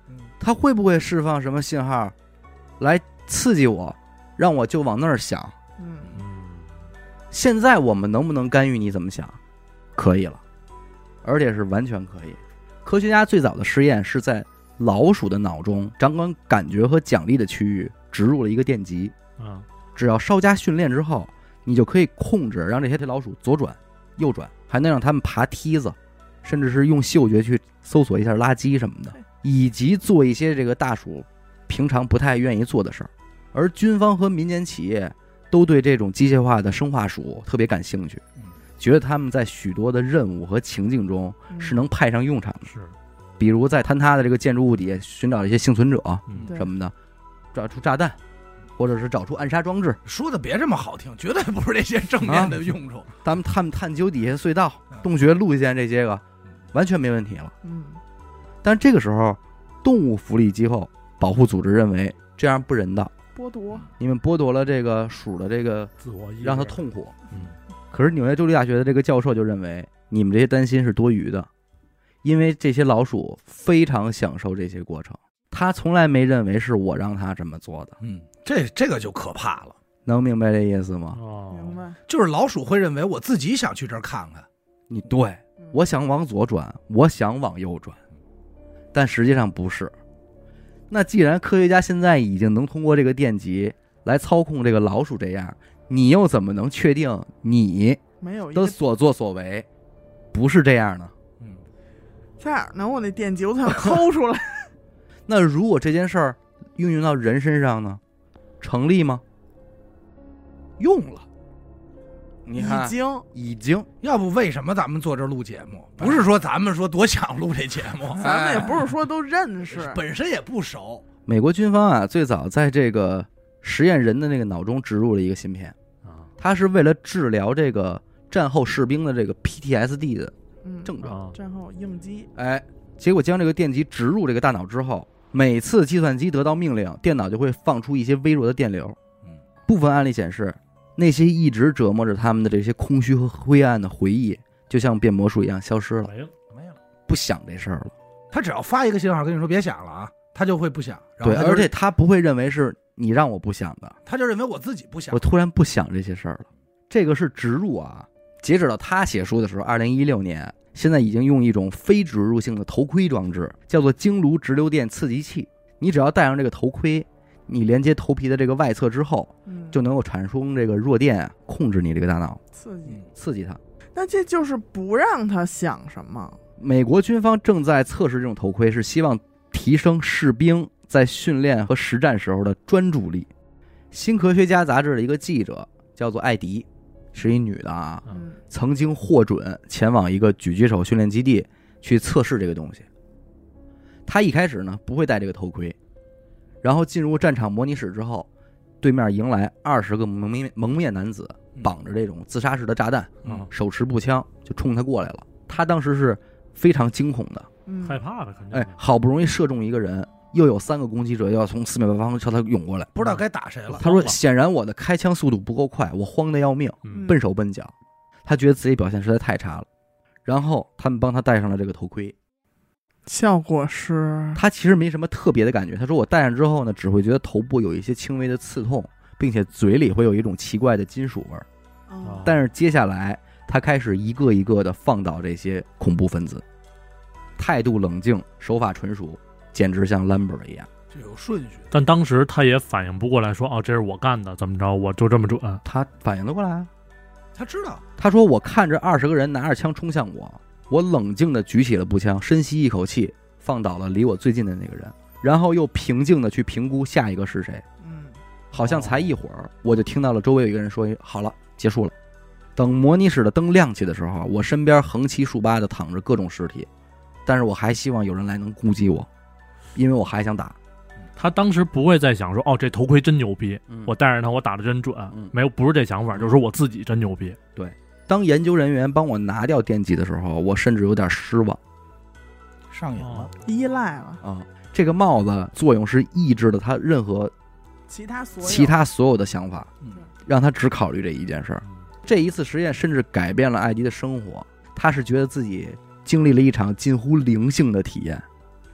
[SPEAKER 1] 它会不会释放什么信号来刺激我，让我就往那儿想？
[SPEAKER 3] 嗯
[SPEAKER 4] 嗯
[SPEAKER 1] 现在我们能不能干预你怎么想？可以了，而且是完全可以。科学家最早的实验是在老鼠的脑中掌管感觉和奖励的区域植入了一个电极，
[SPEAKER 4] 啊
[SPEAKER 1] 只要稍加训练之后，你就可以控制让这些老鼠左转、右转，还能让它们爬梯子，甚至是用嗅觉去搜索一下垃圾什么的，以及做一些这个大鼠平常不太愿意做的事儿。而军方和民间企业都对这种机械化的生化鼠特别感兴趣，觉得他们在许多的任务和情境中是能派上用场的。
[SPEAKER 4] 是，
[SPEAKER 1] 比如在坍塌的这个建筑物底下寻找一些幸存者
[SPEAKER 4] 嗯
[SPEAKER 1] 什么的，找出炸弹，或者是找出暗杀装置。
[SPEAKER 2] 说的别这么好听，绝对不是这些正面的用处。
[SPEAKER 1] 咱们探探究底下隧道、洞穴、路线这些个，完全没问题了。
[SPEAKER 3] 嗯，
[SPEAKER 1] 但这个时候，动物福利机构、保护组织认为这样不人道，
[SPEAKER 3] 剥夺，
[SPEAKER 1] 你们剥夺了这个鼠的这个，
[SPEAKER 4] 自我意识
[SPEAKER 1] 让它痛苦。
[SPEAKER 4] 嗯
[SPEAKER 1] 可是纽约州立大学的这个教授就认为，你们这些担心是多余的，因为这些老鼠非常享受这些过程，他从来没认为是我让他这么做的。
[SPEAKER 2] 嗯，这这个就可怕了。
[SPEAKER 1] 能明白这意思吗？
[SPEAKER 4] 哦，
[SPEAKER 3] 明白？
[SPEAKER 2] 就是老鼠会认为我自己想去这儿看看，
[SPEAKER 1] 你对，
[SPEAKER 3] 嗯
[SPEAKER 1] 我想往左转，我想往右转，但实际上不是。那既然科学家现在已经能通过这个电极来操控这个老鼠这样，你又怎么能确定你的
[SPEAKER 3] 没有一个
[SPEAKER 1] 所作所为不是这样呢？
[SPEAKER 2] 嗯，
[SPEAKER 3] 在哪儿呢？我那电极我想抠出来。
[SPEAKER 1] 那如果这件事儿运用到人身上呢，成立吗？用了，你看
[SPEAKER 3] 已经
[SPEAKER 1] 已经，
[SPEAKER 2] 要不为什么咱们坐这儿录节目？不是说咱们说多想录这节目，
[SPEAKER 3] 咱们也不是说都认识，
[SPEAKER 2] 本身也不熟。
[SPEAKER 1] 美国军方啊，最早在这个实验人的那个脑中植入了一个芯片，
[SPEAKER 4] 啊
[SPEAKER 1] 它是为了治疗这个战后士兵的这个 P T S D 的
[SPEAKER 3] 嗯，
[SPEAKER 1] 症状。
[SPEAKER 4] 啊
[SPEAKER 3] 战后应激，
[SPEAKER 1] 哎，结果将这个电极植入这个大脑之后，每次计算机得到命令，电脑就会放出一些微弱的电流。
[SPEAKER 2] 嗯，
[SPEAKER 1] 部分案例显示，那些一直折磨着他们的这些空虚和灰暗的回忆，就像变魔术一样消失了，
[SPEAKER 4] 没了，
[SPEAKER 2] 没了。
[SPEAKER 1] 不想这事儿了。
[SPEAKER 2] 他只要发一个信号跟你说别想了啊，他就会不想。然后
[SPEAKER 1] 对，
[SPEAKER 2] 他就
[SPEAKER 1] 而且他不会认为是你让我不想的，
[SPEAKER 2] 他就认为我自己不想
[SPEAKER 1] 我。突然不想这些事儿了。这个是植入啊，截止到他写书的时候，二零一六年，现在已经用一种非植入性的头盔装置，叫做经颅直流电刺激器。你只要戴上这个头盔，你连接头皮的这个外侧之后，
[SPEAKER 3] 嗯，
[SPEAKER 1] 就能够产生这个弱电啊，控制你这个大脑，
[SPEAKER 3] 刺激。
[SPEAKER 2] 嗯，
[SPEAKER 1] 刺激它。
[SPEAKER 3] 那这就是不让他想什么。
[SPEAKER 1] 美国军方正在测试这种头盔，是希望提升士兵在训练和实战时候的专注力。新科学家杂志的一个记者叫做艾迪，是一女的啊，
[SPEAKER 3] 嗯
[SPEAKER 1] 曾经获准前往一个狙击手训练基地去测试这个东西。他一开始呢不会戴这个头盔，然后进入战场模拟室之后，对面迎来二十个蒙面蒙面男子，绑着这种自杀式的炸弹，
[SPEAKER 2] 嗯
[SPEAKER 1] 手持步枪就冲他过来了。他当时是非常惊恐的，
[SPEAKER 3] 嗯，
[SPEAKER 4] 害怕的肯定。
[SPEAKER 1] 哎，好不容易射中一个人，又有三个攻击者要从四面八方朝他涌过来。
[SPEAKER 2] 不知道该打谁了。
[SPEAKER 1] 他说：“显然我的开枪速度不够快，我慌得要命，
[SPEAKER 4] 嗯
[SPEAKER 1] 笨手笨脚。”他觉得自己表现实在太差了。然后他们帮他戴上了这个头盔，
[SPEAKER 3] 效果是
[SPEAKER 1] 他其实没什么特别的感觉。他说：“我戴上之后呢，只会觉得头部有一些轻微的刺痛，并且嘴里会有一种奇怪的金属味儿。
[SPEAKER 3] 哦
[SPEAKER 1] 但是接下来，他开始一个一个的放倒这些恐怖分子，态度冷静，手法纯熟，简直像兰博一样。
[SPEAKER 2] 就有顺序。
[SPEAKER 4] 但当时他也反应不过来说，哦，这是我干的，怎么着，我就这么准。
[SPEAKER 1] 他反应得过来啊。
[SPEAKER 2] 他知道，
[SPEAKER 1] 他说：“我看着二十个人拿着枪冲向我，我冷静地举起了步枪，深吸一口气，放倒了离我最近的那个人，然后又平静地去评估下一个是谁。
[SPEAKER 3] 嗯
[SPEAKER 1] 好像才一会儿，我就听到了周围有一个人说：‘好了，结束了。’等模拟室的灯亮起的时候，我身边横七竖八地躺着各种尸体，但是我还希望有人来能攻击我，因为我还想打。
[SPEAKER 4] 他当时不会再想说，哦，这头盔真牛逼，
[SPEAKER 1] 嗯
[SPEAKER 4] 我戴着它，我打的真准。
[SPEAKER 1] 嗯
[SPEAKER 4] 没有，不是这想法，就是说我自己真牛逼。
[SPEAKER 1] 当研究人员帮我拿掉电极的时候，我甚至有点失望
[SPEAKER 2] 上瘾了
[SPEAKER 4] 哦。
[SPEAKER 3] 依赖了
[SPEAKER 1] 啊。这个帽子作用是抑制了他任何
[SPEAKER 3] 其他所有
[SPEAKER 1] 其他所有的想法，
[SPEAKER 2] 嗯
[SPEAKER 1] 让他只考虑这一件事儿。这一次实验甚至改变了艾迪的生活，他是觉得自己经历了一场近乎灵性的体验。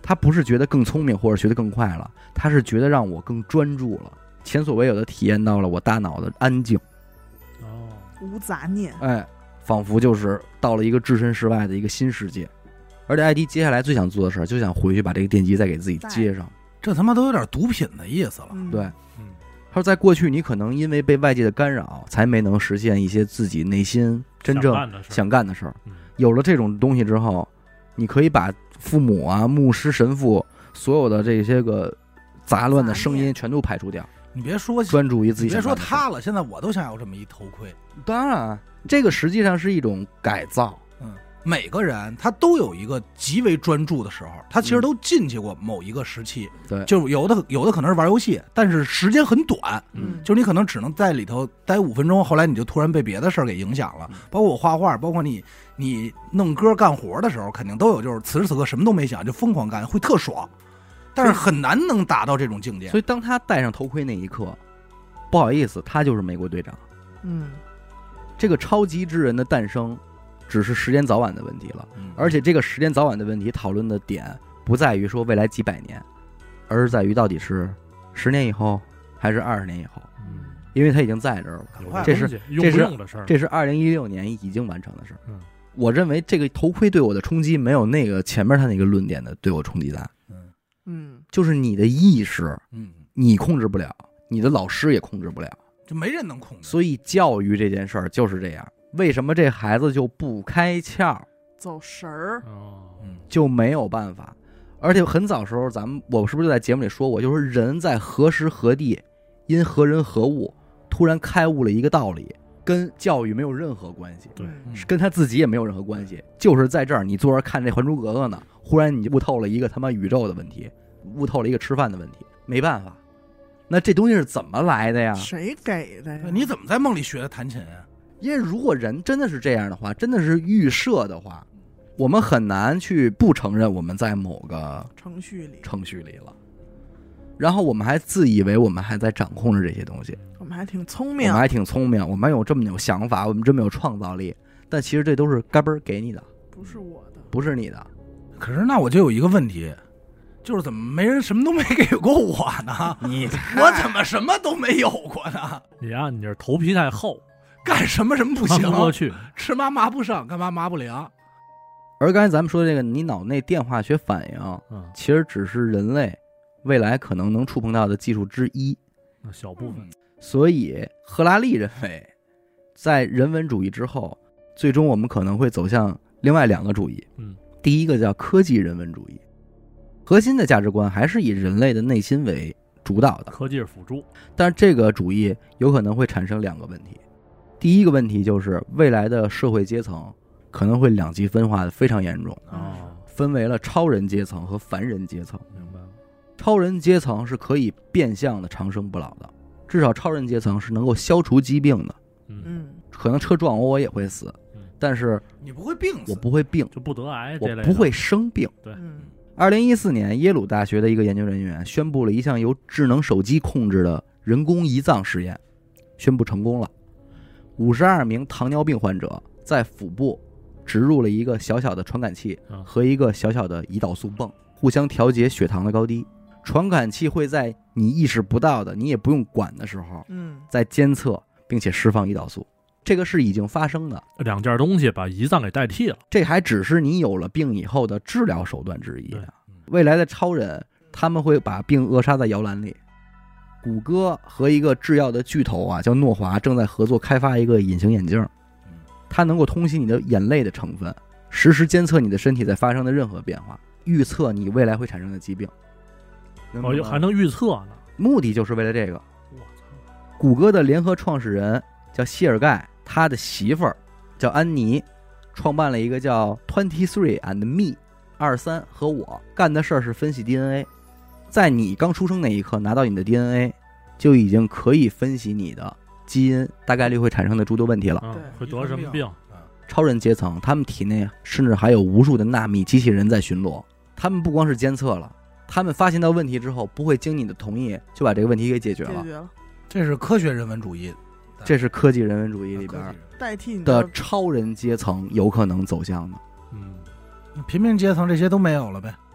[SPEAKER 1] 他不是觉得更聪明或者学得更快了，他是觉得让我更专注了，前所未有的体验到了我大脑的安静。
[SPEAKER 4] 哦，
[SPEAKER 3] 无杂念。
[SPEAKER 1] 哎，仿佛就是到了一个置身事外的一个新世界。而且艾迪接下来最想做的事儿，就想回去把这个电极再给自己接上。
[SPEAKER 2] 这他妈都有点毒品的意思了。
[SPEAKER 3] 嗯、
[SPEAKER 1] 对，
[SPEAKER 4] 嗯，
[SPEAKER 1] 他说在过去你可能因为被外界的干扰，才没能实现一些自己内心真正想干的事儿。有了这种东西之后，你可以把父母啊、牧师、神父所有的这些个杂乱的声音全都排除掉。
[SPEAKER 2] 你别说，
[SPEAKER 1] 专注于自己。
[SPEAKER 2] 别说他了，现在我都想要这么一头盔。
[SPEAKER 1] 当然，这个实际上是一种改造。
[SPEAKER 2] 嗯，每个人他都有一个极为专注的时候，他其实都进去过某一个时期。
[SPEAKER 1] 对、嗯，
[SPEAKER 2] 就有的有的可能是玩游戏，但是时间很短。
[SPEAKER 1] 嗯，
[SPEAKER 2] 就是你可能只能在里头待五分钟，后来你就突然被别的事儿给影响了。
[SPEAKER 1] 嗯、
[SPEAKER 2] 包括我画画，包括你你弄歌干活的时候，肯定都有，就是此时此刻什么都没想就疯狂干，会特爽。但是很难能达到这种境界。
[SPEAKER 1] 所以当他戴上头盔那一刻，不好意思，他就是美国队长。
[SPEAKER 3] 嗯，
[SPEAKER 1] 这个超级之人的诞生只是时间早晚的问题了。
[SPEAKER 2] 嗯，
[SPEAKER 1] 而且这个时间早晚的问题讨论的点不在于说未来几百年，而是在于到底是十年以后还是二十年以后。
[SPEAKER 4] 嗯，
[SPEAKER 1] 因为他已经在这儿了，这是这是这是二零一六年已经完成的事。
[SPEAKER 4] 嗯，
[SPEAKER 1] 我认为这个头盔对我的冲击没有那个前面他那个论点的对我冲击大。
[SPEAKER 3] 嗯，
[SPEAKER 1] 就是你的意识，
[SPEAKER 2] 嗯，
[SPEAKER 1] 你控制不了，你的老师也控制不了，
[SPEAKER 2] 就没人能控制。
[SPEAKER 1] 所以教育这件事儿就是这样。为什么这孩子就不开窍，
[SPEAKER 3] 走神儿，
[SPEAKER 1] 就没有办法？而且很早时候，咱们我是不是就在节目里说过，就是人在何时何地，因何人何物，突然开悟了一个道理，跟教育没有任何关系，
[SPEAKER 4] 对，
[SPEAKER 1] 跟他自己也没有任何关系，就是在这儿，你坐着看这《还珠格格》呢，忽然你就悟透了一个他妈宇宙的问题。悟透了一个吃饭的问题，没办法，那这东西是怎么来的呀？
[SPEAKER 3] 谁给的呀？
[SPEAKER 2] 你怎么在梦里学的弹琴呀？
[SPEAKER 1] 因为如果人真的是这样的话，真的是预设的话，我们很难去不承认我们在某个
[SPEAKER 3] 程序里
[SPEAKER 1] 程序里了，然后我们还自以为我们还在掌控着这些东西，
[SPEAKER 3] 我们还挺聪明，
[SPEAKER 1] 我们还挺聪明，我们有这么有想法，我们这么有创造力，但其实这都是嘎嘣给你的，
[SPEAKER 3] 不是我的，
[SPEAKER 1] 不是你的。
[SPEAKER 2] 可是那我就有一个问题。就是怎么没人什么都没给过我呢？
[SPEAKER 1] 你
[SPEAKER 2] 我怎么什么都没有过呢？
[SPEAKER 4] 你啊，你这头皮太厚，
[SPEAKER 2] 干什么什么不行？
[SPEAKER 4] 不过去，
[SPEAKER 2] 吃嘛嘛不上，干嘛嘛不凉。
[SPEAKER 1] 而刚才咱们说的这个，你脑内电化学反应，嗯，其实只是人类未来可能能触碰到的技术之一，
[SPEAKER 4] 小部分。
[SPEAKER 1] 所以赫拉利认为，在人文主义之后，最终我们可能会走向另外两个主义。
[SPEAKER 4] 嗯，
[SPEAKER 1] 第一个叫科技人文主义。核心的价值观还是以人类的内心为主导的，
[SPEAKER 4] 科技是辅助，
[SPEAKER 1] 但是这个主义有可能会产生两个问题。第一个问题就是未来的社会阶层可能会两极分化的非常严重，
[SPEAKER 4] 哦，
[SPEAKER 1] 分为了超人阶层和凡人阶层。
[SPEAKER 4] 明白了，
[SPEAKER 1] 超人阶层是可以变相的长生不老的，至少超人阶层是能够消除疾病的。
[SPEAKER 3] 嗯，
[SPEAKER 1] 可能车撞我我也会死，但是
[SPEAKER 2] 你不会病死，
[SPEAKER 1] 我不会病，
[SPEAKER 4] 就不得癌这类的，
[SPEAKER 1] 我不会生病。
[SPEAKER 4] 对。
[SPEAKER 1] 二零一四年，耶鲁大学的一个研究人员宣布了一项由智能手机控制的人工胰脏实验，宣布成功了。五十二名糖尿病患者在腹部植入了一个小小的传感器和一个小小的胰岛素泵，互相调节血糖的高低。传感器会在你意识不到的、你也不用管的时候，
[SPEAKER 3] 嗯，在
[SPEAKER 1] 监测并且释放胰岛素。这个是已经发生的，
[SPEAKER 4] 两件东西把胰脏给代替了。
[SPEAKER 1] 这还只是你有了病以后的治疗手段之一啊。未来的超人，他们会把病扼杀在摇篮里。谷歌和一个制药的巨头啊，叫诺华，正在合作开发一个隐形眼镜，它能够通析你的眼泪的成分，实时监测你的身体在发生的任何变化，预测你未来会产生的疾病。
[SPEAKER 4] 哦，还能预测呢？
[SPEAKER 1] 目的就是为了这个。谷歌的联合创始人叫谢尔盖，他的媳妇儿叫安妮，创办了一个叫 Twenty Three and Me 二三和我干的事儿是分析 D N A， 在你刚出生那一刻拿到你的 D N A， 就已经可以分析你的基因大概率会产生的诸多问题了，
[SPEAKER 4] 嗯，会得什么病。
[SPEAKER 1] 超人阶层他们体内甚至还有无数的纳米机器人在巡逻，他们不光是监测了，他们发现到问题之后不会经你的同意就把这个问题给解决了，
[SPEAKER 3] 解决了。
[SPEAKER 2] 这是科学人文主义，
[SPEAKER 1] 这是科技人文主义里边
[SPEAKER 3] 代替你
[SPEAKER 1] 的超人阶层有可能走向的。
[SPEAKER 2] 嗯，平民阶层这些都没有了呗。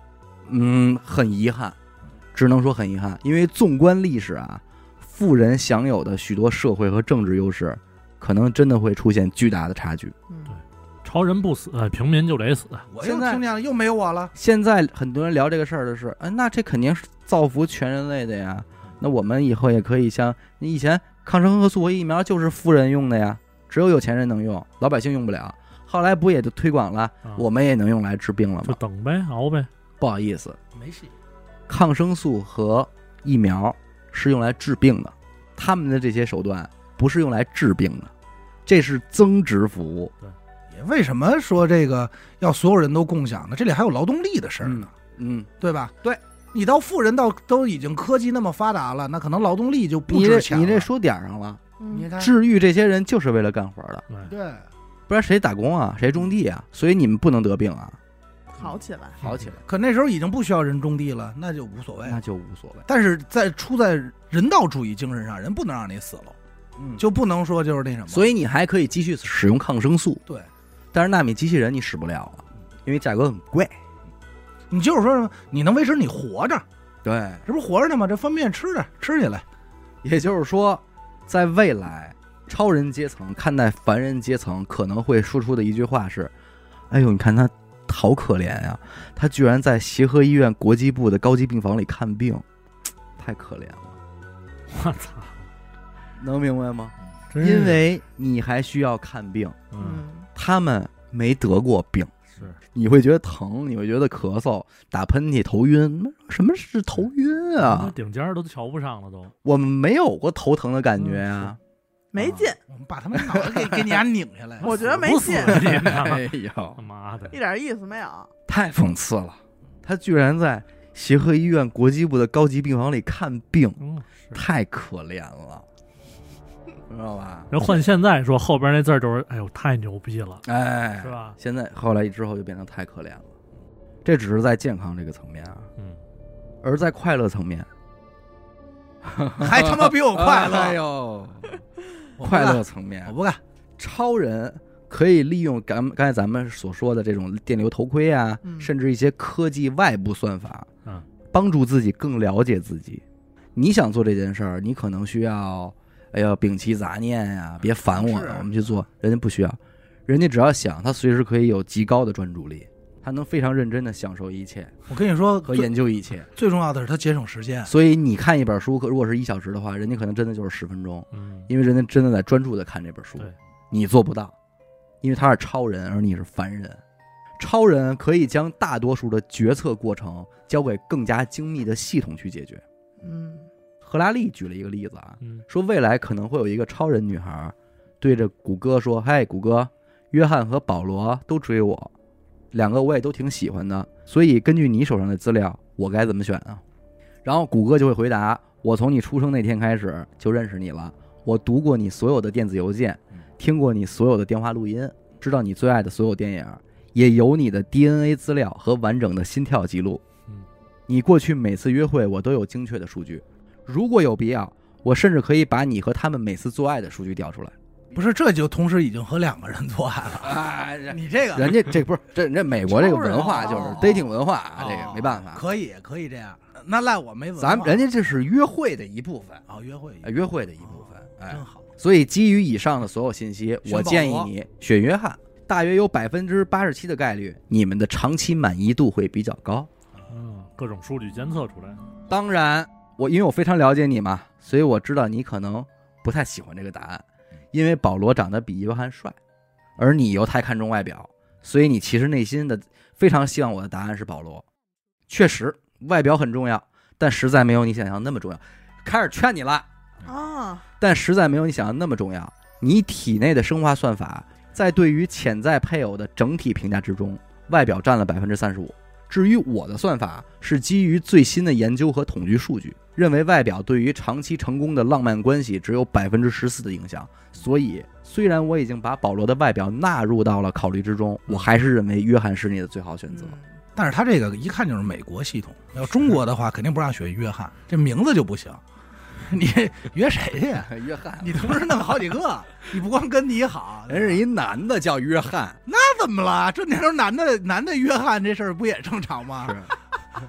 [SPEAKER 1] 嗯，很遗憾，只能说很遗憾，因为纵观历史啊，富人享有的许多社会和政治优势，可能真的会出现巨大的差距。
[SPEAKER 3] 嗯，
[SPEAKER 4] 对，超人不死，平民就得死。
[SPEAKER 2] 我又听见了，又没有我了。
[SPEAKER 1] 现在很多人聊这个事儿的是，哎，那这肯定是造福全人类的呀。那我们以后也可以像你以前抗生素和疫苗就是富人用的呀，只有有钱人能用，老百姓用不了。后来不也就推广了，
[SPEAKER 4] 啊、
[SPEAKER 1] 我们也能用来治病了吗？
[SPEAKER 4] 就等呗，熬呗。
[SPEAKER 1] 不好意思，
[SPEAKER 2] 没戏。
[SPEAKER 1] 抗生素和疫苗是用来治病的，他们的这些手段不是用来治病的，这是增值服务。
[SPEAKER 4] 对，
[SPEAKER 2] 也为什么说这个要所有人都共享呢？这里还有劳动力的事儿呢，
[SPEAKER 1] 嗯，嗯
[SPEAKER 2] 对吧？
[SPEAKER 1] 对，你
[SPEAKER 2] 到富人到都已经科技那么发达了，那可能劳动力就不值钱了。
[SPEAKER 1] 你这说点上了，
[SPEAKER 3] 嗯、
[SPEAKER 2] 你看
[SPEAKER 1] 治愈这些人就是为了干活的，
[SPEAKER 2] 对，
[SPEAKER 1] 不然谁打工啊，谁种地啊？所以你们不能得病啊，
[SPEAKER 3] 好起来，
[SPEAKER 1] 好起来。
[SPEAKER 2] 可那时候已经不需要人种地了，那就无所谓，
[SPEAKER 1] 那就无所谓。
[SPEAKER 2] 但是在出在人道主义精神上，人不能让你死了，
[SPEAKER 1] 嗯，
[SPEAKER 2] 就不能说就是那什么。
[SPEAKER 1] 所以你还可以继续使用抗生素，
[SPEAKER 2] 对，
[SPEAKER 1] 但是纳米机器人你使不了了，因为价格很贵。
[SPEAKER 2] 你就是说你能维持你活着，
[SPEAKER 1] 对，
[SPEAKER 2] 这不活着呢吗？这方便吃着吃起来。
[SPEAKER 1] 也就是说，在未来，超人阶层看待凡人阶层可能会说出的一句话是：“哎呦，你看他好可怜呀，他居然在协和医院国际部的高级病房里看病，太可怜了。”
[SPEAKER 4] 我操，
[SPEAKER 1] 能明白吗？
[SPEAKER 4] 真是
[SPEAKER 1] 因为你还需要看病，
[SPEAKER 4] 嗯，
[SPEAKER 3] 嗯，
[SPEAKER 1] 他们没得过病。
[SPEAKER 4] 是
[SPEAKER 1] 你会觉得疼，你会觉得咳嗽、打喷嚏、头晕。什么是头晕啊？
[SPEAKER 4] 顶尖儿都瞧不上了都。
[SPEAKER 1] 我们没有过头疼的感觉啊。
[SPEAKER 3] 没劲，
[SPEAKER 2] 我们把他们脑子给给你俩拧下来。
[SPEAKER 3] 我觉得没
[SPEAKER 4] 不死
[SPEAKER 3] 劲，
[SPEAKER 4] 你
[SPEAKER 1] 哎呦
[SPEAKER 4] 他，妈的，
[SPEAKER 3] 一点意思没有。
[SPEAKER 1] 太讽刺了！他居然在协和医院国际部的高级病房里看病，
[SPEAKER 4] 嗯，是。
[SPEAKER 1] 太可怜了，知道吧？
[SPEAKER 4] 人换现在说后边那字儿就是，哎呦，太牛逼了，
[SPEAKER 1] 哎，
[SPEAKER 4] 是吧？
[SPEAKER 1] 现在后来之后就变成太可怜了。这只是在健康这个层面啊，
[SPEAKER 4] 嗯，
[SPEAKER 1] 而在快乐层面，
[SPEAKER 2] 还他妈比我快乐！
[SPEAKER 1] 哎呦，
[SPEAKER 2] 我不干
[SPEAKER 1] 快乐层面
[SPEAKER 2] 我，不干。
[SPEAKER 1] 超人可以利用刚刚才咱们所说的这种电流头盔啊，
[SPEAKER 3] 嗯
[SPEAKER 1] 甚至一些科技外部算法，
[SPEAKER 4] 嗯，
[SPEAKER 1] 帮助自己更了解自己。你想做这件事儿，你可能需要，哎呀，摒弃杂念呀，别烦我
[SPEAKER 2] 是
[SPEAKER 1] 了，我们去做。人家不需要，人家只要想，他随时可以有极高的专注力，他能非常认真的享受一切
[SPEAKER 2] 我跟你说，
[SPEAKER 1] 和
[SPEAKER 2] 最
[SPEAKER 1] 研究一切。
[SPEAKER 2] 最重要的是它节省时间。
[SPEAKER 1] 所以你看一本书，如果是一小时的话，人家可能真的就是十分钟，
[SPEAKER 4] 嗯，
[SPEAKER 1] 因为人家真的在专注的看这本书
[SPEAKER 4] 对。
[SPEAKER 1] 你做不到，因为他是超人，而你是凡人。超人可以将大多数的决策过程交给更加精密的系统去解决。
[SPEAKER 3] 嗯，
[SPEAKER 1] 赫拉利举了一个例子啊，
[SPEAKER 4] 嗯，
[SPEAKER 1] 说未来可能会有一个超人女孩对着谷歌说：“嗨，谷歌，约翰和保罗都追我，两个我也都挺喜欢的，所以根据你手上的资料，我该怎么选啊？”然后谷歌就会回答：“我从你出生那天开始就认识你了，我读过你所有的电子邮件，听过你所有的电话录音，知道你最爱的所有电影，也有你的 D N A 资料和完整的心跳记录。你过去每次约会我都有精确的数据，如果有必要，我甚至可以把你和他们每次做爱的数据调出来。”
[SPEAKER 2] 不是，这就同时已经和两个人做爱了。
[SPEAKER 1] 哎，
[SPEAKER 2] 你这个
[SPEAKER 1] 人家这不是这人家美国这个文化就是
[SPEAKER 2] 哦
[SPEAKER 1] dating 文化啊，
[SPEAKER 2] 哦
[SPEAKER 1] 这个没办法。
[SPEAKER 2] 可以可以这样，那赖我没文化。
[SPEAKER 1] 咱们人家这是约会的一部分，
[SPEAKER 2] 哦，约会
[SPEAKER 1] 哎，约会的一部分，哎
[SPEAKER 2] 真，好。
[SPEAKER 1] 所以基于以上的所有信息，
[SPEAKER 2] 选保罗
[SPEAKER 1] 我建议你选约翰，大约有百分之八十七的概率，你们的长期满意度会比较高。
[SPEAKER 4] 嗯，各种数据监测出来。
[SPEAKER 1] 当然，我因为我非常了解你嘛，所以我知道你可能不太喜欢这个答案，因为保罗长得比约翰帅，而你又太看重外表，所以你其实内心的非常希望我的答案是保罗。确实，外表很重要，但实在没有你想象那么重要。开始劝你了。
[SPEAKER 3] 啊，
[SPEAKER 1] 但实在没有你想象那么重要。你体内的生化算法在对于潜在配偶的整体评价之中，外表占了百分之三十五。至于我的算法是基于最新的研究和统计数据，认为外表对于长期成功的浪漫关系只有百分之十四的影响。所以，虽然我已经把保罗的外表纳入到了考虑之中，我还是认为约翰是你的最好选择。
[SPEAKER 3] 嗯
[SPEAKER 2] 但是他这个一看就是美国系统，要中国的话肯定不让选约翰，这名字就不行。你约谁去呀？
[SPEAKER 1] 约翰，
[SPEAKER 2] 你同时弄好几个，你不光跟你好，
[SPEAKER 1] 人是一男的叫约翰，
[SPEAKER 2] 那怎么了？这年头男的男的约翰这事儿不也正常吗？
[SPEAKER 1] 是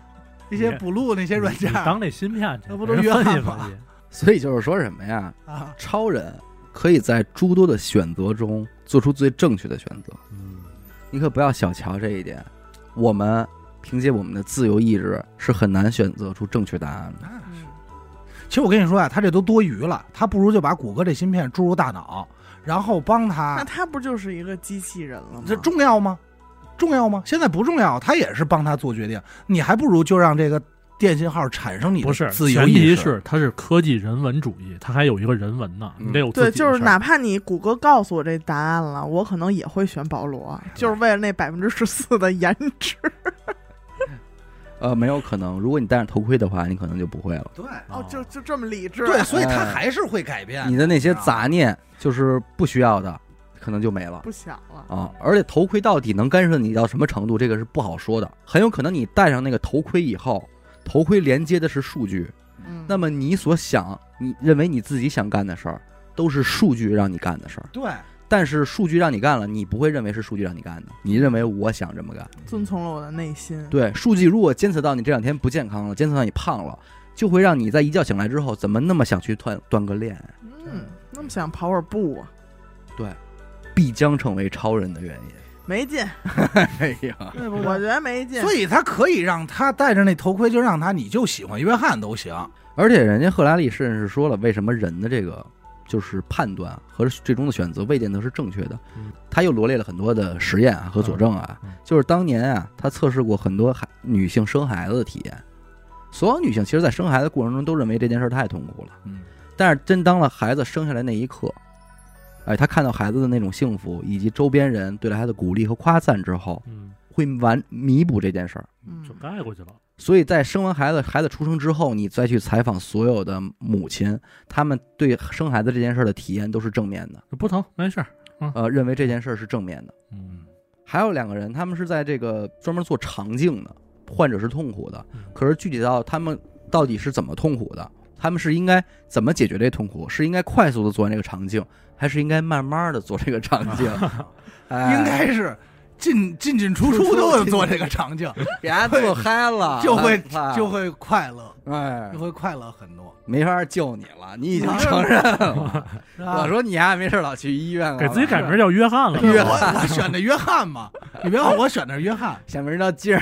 [SPEAKER 2] 那些补录那些软件
[SPEAKER 4] 你，当那芯片去，
[SPEAKER 2] 那不都
[SPEAKER 4] 人
[SPEAKER 2] 约翰吗
[SPEAKER 4] 分析分析？
[SPEAKER 1] 所以就是说什么呀？
[SPEAKER 2] 啊，
[SPEAKER 1] 超人可以在诸多的选择中做出最正确的选择。
[SPEAKER 4] 嗯，
[SPEAKER 1] 你可不要小瞧这一点，我们凭借我们的自由意志是很难选择出正确答案的。
[SPEAKER 3] 嗯
[SPEAKER 2] 其实我跟你说啊，他这都多余了，他不如就把谷歌这芯片注入大脑，然后帮
[SPEAKER 3] 那
[SPEAKER 2] 他。
[SPEAKER 3] 他不就是一个机器人了吗？
[SPEAKER 2] 这重要吗？重要吗？现在不重要，他也是帮他做决定。你还不如就让这个电信号产生你的
[SPEAKER 4] 不是，
[SPEAKER 2] 自由
[SPEAKER 4] 前提
[SPEAKER 2] 意识。
[SPEAKER 4] 是它是科技人文主义，它还有一个人文呢，
[SPEAKER 1] 嗯
[SPEAKER 4] 你得有自
[SPEAKER 3] 对，
[SPEAKER 4] 己的事儿
[SPEAKER 3] 就是哪怕你谷歌告诉我这答案了，我可能也会选保罗，就是为了那百分之十四的颜值。
[SPEAKER 1] 呃，没有可能，如果你戴上头盔的话，你可能就不会了。
[SPEAKER 2] 对
[SPEAKER 3] 哦，就就这么理智。
[SPEAKER 2] 对，所以他
[SPEAKER 1] 哎
[SPEAKER 2] 还是会改变
[SPEAKER 1] 你的那些杂念就是不需要的，可能就没了。
[SPEAKER 3] 不想了。
[SPEAKER 1] 啊，而且头盔到底能干涉你到什么程度，这个是不好说的。很有可能你戴上那个头盔以后，头盔连接的是数据，
[SPEAKER 3] 嗯，
[SPEAKER 1] 那么你所想、你认为你自己想干的事儿，都是数据让你干的事儿。
[SPEAKER 2] 对，
[SPEAKER 1] 但是数据让你干了，你不会认为是数据让你干的，你认为我想这么干。
[SPEAKER 3] 遵从了我的内心。
[SPEAKER 1] 对，数据如果监测到你这两天不健康了，监测到你胖了，就会让你在一觉醒来之后，怎么那么想去锻锻个炼？
[SPEAKER 3] 嗯，那么想跑会儿步啊，
[SPEAKER 1] 对，必将成为超人的原因。
[SPEAKER 3] 没劲，
[SPEAKER 1] 哎呀，
[SPEAKER 2] 对不
[SPEAKER 3] 我觉得没劲。
[SPEAKER 2] 所以他可以让他戴着那头盔，就让他你就喜欢约翰都行。
[SPEAKER 1] 而且人家赫拉利甚至是说了，为什么人的这个就是判断和最终的选择未见得是正确的。
[SPEAKER 4] 嗯
[SPEAKER 1] 他又罗列了很多的实验啊和佐证啊，
[SPEAKER 4] 嗯嗯
[SPEAKER 1] 就是当年啊，他测试过很多孩女性生孩子的体验。所有女性其实在生孩子过程中都认为这件事太痛苦了，
[SPEAKER 2] 嗯，
[SPEAKER 1] 但是真当了孩子生下来那一刻，哎，他看到孩子的那种幸福，以及周边人对他的鼓励和夸赞之后，
[SPEAKER 4] 嗯，
[SPEAKER 1] 会完弥补这件事儿。
[SPEAKER 3] 嗯
[SPEAKER 4] 就盖过去了。
[SPEAKER 1] 所以在生完孩子，孩子出生之后，你再去采访所有的母亲，他们对生孩子这件事儿的体验都是正面的，
[SPEAKER 4] 不疼，没事儿。
[SPEAKER 1] 呃，认为这件事儿是正面的。
[SPEAKER 4] 嗯，
[SPEAKER 1] 还有两个人，他们是在这个专门做肠镜的，患者是痛苦的，
[SPEAKER 4] 嗯
[SPEAKER 1] 可是具体到他们到底是怎么痛苦的，他们是应该怎么解决这痛苦？是应该快速的做完这个肠镜，还是应该慢慢的做这个肠镜？哎、
[SPEAKER 2] 应该是进进进出出都有做这个场景，
[SPEAKER 1] 给他做嗨了，
[SPEAKER 2] 就会
[SPEAKER 1] 哎
[SPEAKER 2] 就会快乐，
[SPEAKER 1] 哎
[SPEAKER 2] 就，会快乐很多。
[SPEAKER 1] 没法救你了，你已经承认了。
[SPEAKER 2] 是吧
[SPEAKER 1] 我说你还没事老去医院了，
[SPEAKER 4] 给自己改名叫约翰了。
[SPEAKER 2] 约翰，我选的约翰嘛，你别看我选的是约翰，
[SPEAKER 1] 想名叫劲儿。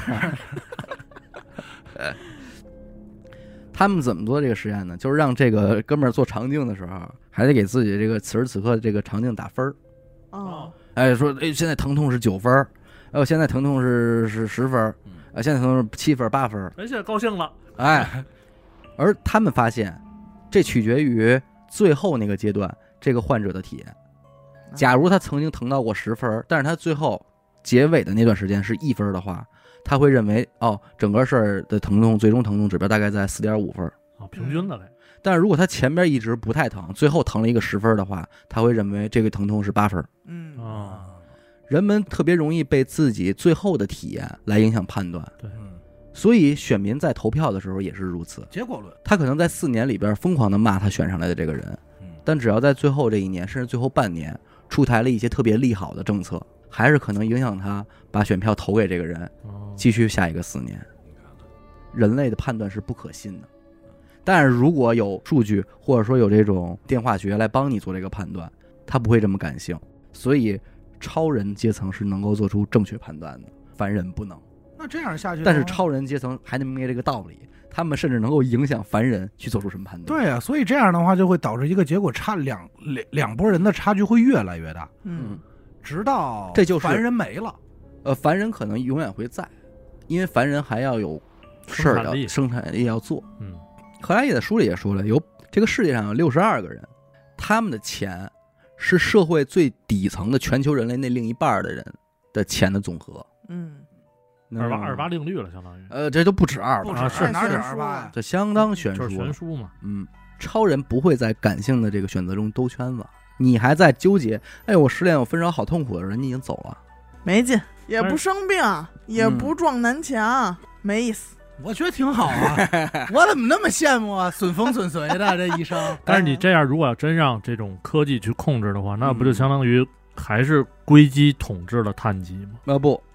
[SPEAKER 1] 他们怎么做这个实验呢？就是让这个哥们儿做肠镜的时候，还得给自己这个此时此刻这个肠镜打分儿。
[SPEAKER 3] 哦，
[SPEAKER 1] 哎，说哎，现在疼痛是九分儿，哎，现在疼痛是是十分儿，啊，现在疼痛是七分儿八分儿，
[SPEAKER 4] 哎，现在高兴了。
[SPEAKER 1] 哎，而他们发现，这取决于最后那个阶段这个患者的体验。假如他曾经疼到过十分儿，但是他最后结尾的那段时间是一分儿的话，他会认为哦，整个事儿的疼痛最终疼痛指标大概在四点五分儿。
[SPEAKER 4] 啊，平均的嘞。
[SPEAKER 1] 但是如果他前边一直不太疼，最后疼了一个十分的话，他会认为这个疼痛是八分。
[SPEAKER 3] 嗯，
[SPEAKER 4] 啊，
[SPEAKER 1] 人们特别容易被自己最后的体验来影响判断，
[SPEAKER 4] 对，
[SPEAKER 2] 嗯，
[SPEAKER 1] 所以选民在投票的时候也是如此。
[SPEAKER 2] 结果论，
[SPEAKER 1] 他可能在四年里边疯狂的骂他选上来的这个人，
[SPEAKER 2] 嗯，
[SPEAKER 1] 但只要在最后这一年，甚至最后半年出台了一些特别利好的政策，还是可能影响他把选票投给这个人，
[SPEAKER 4] 哦
[SPEAKER 1] 继续下一个四年。人类的判断是不可信的，但是如果有数据或者说有这种电化学来帮你做这个判断，他不会这么感性。所以超人阶层是能够做出正确判断的，凡人不能。
[SPEAKER 2] 那这样下去的话，
[SPEAKER 1] 但是超人阶层还能明白这个道理，他们甚至能够影响凡人去做出什么判断。
[SPEAKER 2] 对啊，所以这样的话就会导致一个结果差两两两拨人的差距会越来越大，
[SPEAKER 3] 嗯，
[SPEAKER 2] 直到
[SPEAKER 1] 这就是
[SPEAKER 2] 凡人没了。
[SPEAKER 1] 呃，凡人可能永远会在，因为凡人还要有事儿要生产力要做。
[SPEAKER 4] 嗯，
[SPEAKER 1] 赫拉利的书里也说了，有这个世界上有六十二个人，他们的钱是社会最底层的全球人类那另一半的人的钱的总和。
[SPEAKER 3] 嗯，
[SPEAKER 4] 二八二八定律了，相当于。
[SPEAKER 1] 呃，这都不止二八，
[SPEAKER 2] 不止
[SPEAKER 4] 啊是
[SPEAKER 2] 哪止
[SPEAKER 3] 悬殊
[SPEAKER 2] 二八呀？
[SPEAKER 1] 这相当悬
[SPEAKER 4] 就是
[SPEAKER 1] 殊了。
[SPEAKER 4] 悬殊嘛。
[SPEAKER 1] 嗯，超人不会在感性的这个选择中兜圈子，你还在纠结，哎，我失恋，我分手，好痛苦的时候，人家已经走了。
[SPEAKER 3] 没劲，也不生病，也不撞南墙，没意思。
[SPEAKER 2] 我觉得挺好啊，我怎么那么羡慕啊？损风损随的这一生。
[SPEAKER 4] 但是你这样，如果要真让这种科技去控制的话，那不就相当于还是硅基统治了碳基吗？
[SPEAKER 1] 呃，不，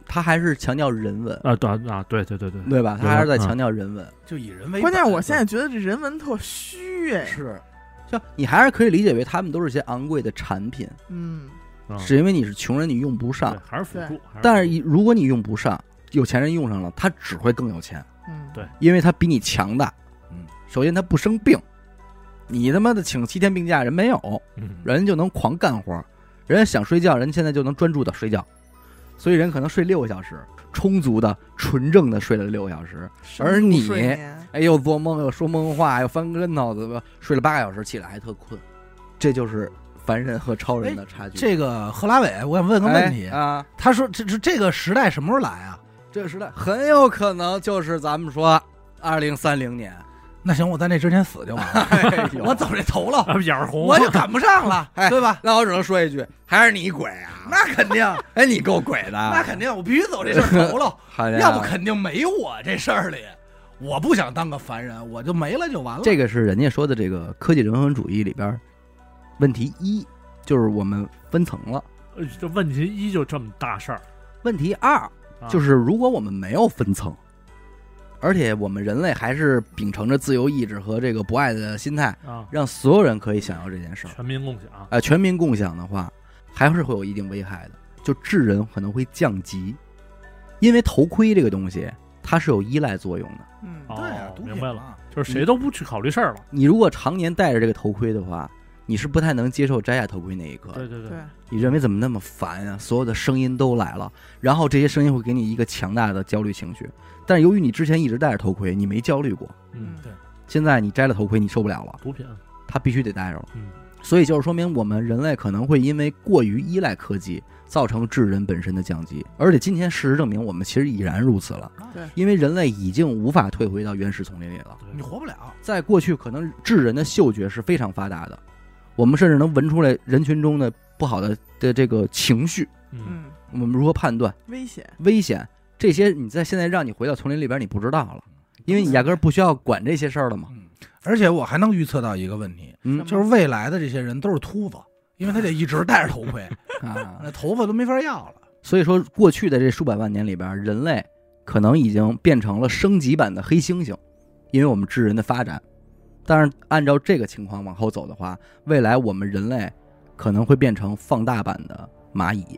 [SPEAKER 1] 他还是强调人文
[SPEAKER 4] 啊，对啊，对对对对，
[SPEAKER 1] 对吧？他还是在强调人文，
[SPEAKER 2] 就以人为本。
[SPEAKER 3] 关键我现在觉得这人文特虚哎，
[SPEAKER 1] 是，就你还是可以理解为他们都是些昂贵的产品，
[SPEAKER 3] 嗯，
[SPEAKER 1] 是因为你是穷人，你用不上，
[SPEAKER 4] 还是辅助。
[SPEAKER 1] 但是如果你用不上，有钱人用上了，他只会更有钱。
[SPEAKER 3] 嗯，
[SPEAKER 4] 对，
[SPEAKER 1] 因为他比你强大。
[SPEAKER 2] 嗯，
[SPEAKER 1] 首先他不生病，你他妈的请七天病假，人没有，人就能狂干活，人家想睡觉，人现在就能专注的睡觉，所以人可能睡六个小时，充足的、纯正的睡了六个小时，而你，哎又做梦又说梦话又翻跟头子，睡了八个小时，起来还特困，这就是凡人和超人的差距。
[SPEAKER 2] 这个赫拉伟，我想问个问题、
[SPEAKER 1] 哎、啊，
[SPEAKER 2] 他说这这这个时代什么时候来啊？
[SPEAKER 1] 这个时代很有可能就是咱们说二零三零年。
[SPEAKER 2] 那行，我在那之前死就完了，哎、我走这头了，
[SPEAKER 4] 眼红，
[SPEAKER 2] 我就赶不上了，
[SPEAKER 1] 哎、
[SPEAKER 2] 对吧？
[SPEAKER 1] 那我只能说一句，还是你鬼啊！
[SPEAKER 2] 那肯定，
[SPEAKER 1] 哎，你够鬼的，
[SPEAKER 2] 那肯定，我必须走这事儿头了，要不肯定没我这事儿里。我不想当个凡人，我就没了就完了。
[SPEAKER 1] 这个是人家说的这个科技人文主义里边问题一，就是我们分层了。
[SPEAKER 4] 这问题一就这么大事儿。
[SPEAKER 1] 问题二就是如果我们没有分层。而且我们人类还是秉承着自由意志和这个博爱的心态啊，让所有人可以享有这件事儿，
[SPEAKER 4] 全民共享。
[SPEAKER 1] 哎、呃，全民共享的话，还是会有一定危害的，就智人可能会降级，因为头盔这个东西它是有依赖作用的。
[SPEAKER 3] 嗯，
[SPEAKER 2] 对啊，
[SPEAKER 4] 明白了，就是谁都不去考虑事儿了。
[SPEAKER 1] 你如果常年戴着这个头盔的话，你是不太能接受摘下头盔那一刻。
[SPEAKER 4] 对对对，
[SPEAKER 1] 你认为怎么那么烦啊？所有的声音都来了，然后这些声音会给你一个强大的焦虑情绪。但是由于你之前一直戴着头盔，你没焦虑过。
[SPEAKER 4] 嗯，对。
[SPEAKER 1] 现在你摘了头盔，你受不了了。
[SPEAKER 4] 毒品，
[SPEAKER 1] 他必须得戴着了。
[SPEAKER 4] 嗯，
[SPEAKER 1] 所以就是说明我们人类可能会因为过于依赖科技，造成智人本身的降级。而且今天事实证明，我们其实已然如此了。
[SPEAKER 3] 对，
[SPEAKER 1] 因为人类已经无法退回到原始丛林里了。
[SPEAKER 2] 你活不了。
[SPEAKER 1] 在过去，可能智人的嗅觉是非常发达的。我们甚至能闻出来人群中的不好的的这个情绪，
[SPEAKER 3] 嗯，
[SPEAKER 1] 我们如何判断
[SPEAKER 3] 危险？
[SPEAKER 1] 危险这些，你在现在让你回到丛林里边，你不知道了，因为你压根儿不需要管这些事儿了嘛。
[SPEAKER 2] 嗯，而且我还能预测到一个问题，嗯，就是未来的这些人都是秃子，因为他得一直戴着头盔啊，那头发都没法要了。
[SPEAKER 1] 所以说，过去的这数百万年里边，人类可能已经变成了升级版的黑猩猩，因为我们智人的发展。但是按照这个情况往后走的话，未来我们人类可能会变成放大版的蚂蚁。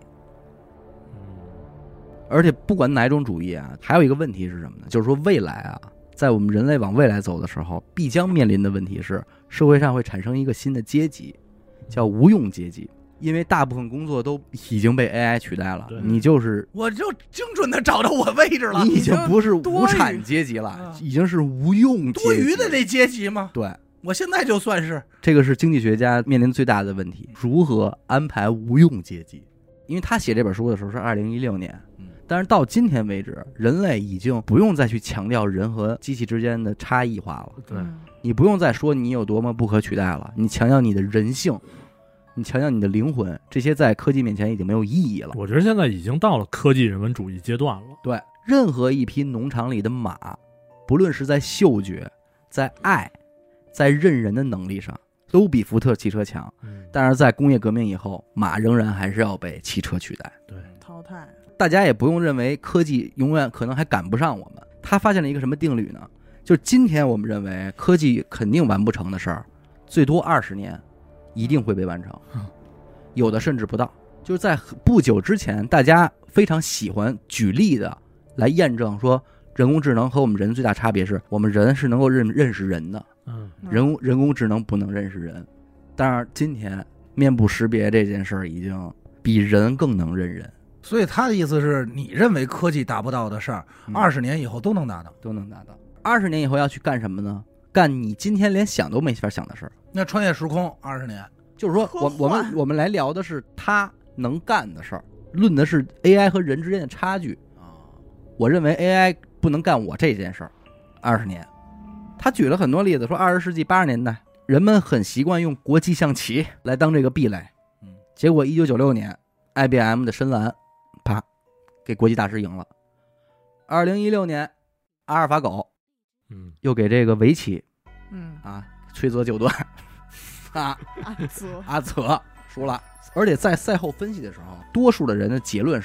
[SPEAKER 1] 而且不管哪种主义啊，还有一个问题是什么呢？就是说未来啊，在我们人类往未来走的时候，必将面临的问题是，社会上会产生一个新的阶级，叫无用阶级。因为大部分工作都已经被 A I 取代了，你就是
[SPEAKER 2] 我就精准的找到我位置了。
[SPEAKER 1] 你已经不是无产阶级了，已经是无用阶级，
[SPEAKER 2] 多余的那阶级吗？
[SPEAKER 1] 对，
[SPEAKER 2] 我现在就算是
[SPEAKER 1] 这个是经济学家面临最大的问题，如何安排无用阶级？因为他写这本书的时候是二零一六年，但是到今天为止，人类已经不用再去强调人和机器之间的差异化了。
[SPEAKER 4] 对，
[SPEAKER 1] 你不用再说你有多么不可取代了，你强调你的人性。你强调你的灵魂，这些在科技面前已经没有意义了。
[SPEAKER 4] 我觉得现在已经到了科技人文主义阶段了。
[SPEAKER 1] 对，任何一匹农场里的马，不论是在嗅觉、在爱、在认人的能力上，都比福特汽车强。嗯，但是在工业革命以后，马仍然还是要被汽车取代。
[SPEAKER 4] 对，
[SPEAKER 3] 淘汰。
[SPEAKER 1] 大家也不用认为科技永远可能还赶不上我们。他发现了一个什么定律呢？就是今天我们认为科技肯定完不成的事儿，最多二十年。一定会被完成，有的甚至不到。就是在不久之前，大家非常喜欢举例的来验证说，人工智能和我们人最大差别是我们人是能够认认识人的，嗯，人人工智能不能认识人。但是今天面部识别这件事儿已经比人更能认人。
[SPEAKER 2] 所以他的意思是你认为科技达不到的事儿，二十年以后都能达到，
[SPEAKER 1] 都能达到。二十年以后要去干什么呢？干你今天连想都没法想的事儿。
[SPEAKER 2] 那穿越时空二十年，
[SPEAKER 1] 就是说我我们我们来聊的是他能干的事儿，论的是 A I 和人之间的差距啊。我认为 A I 不能干我这件事儿，二十年。他举了很多例子，说二十世纪八十年代人们很习惯用国际象棋来当这个壁垒，嗯，结果一九九六年 I B M 的深蓝，啪，给国际大师赢了。二零一六年阿尔法狗，嗯，又给这个围棋，嗯啊。崔泽九段，啊，阿泽阿泽输了。而且在赛后分析的时候，多数的人的结论是，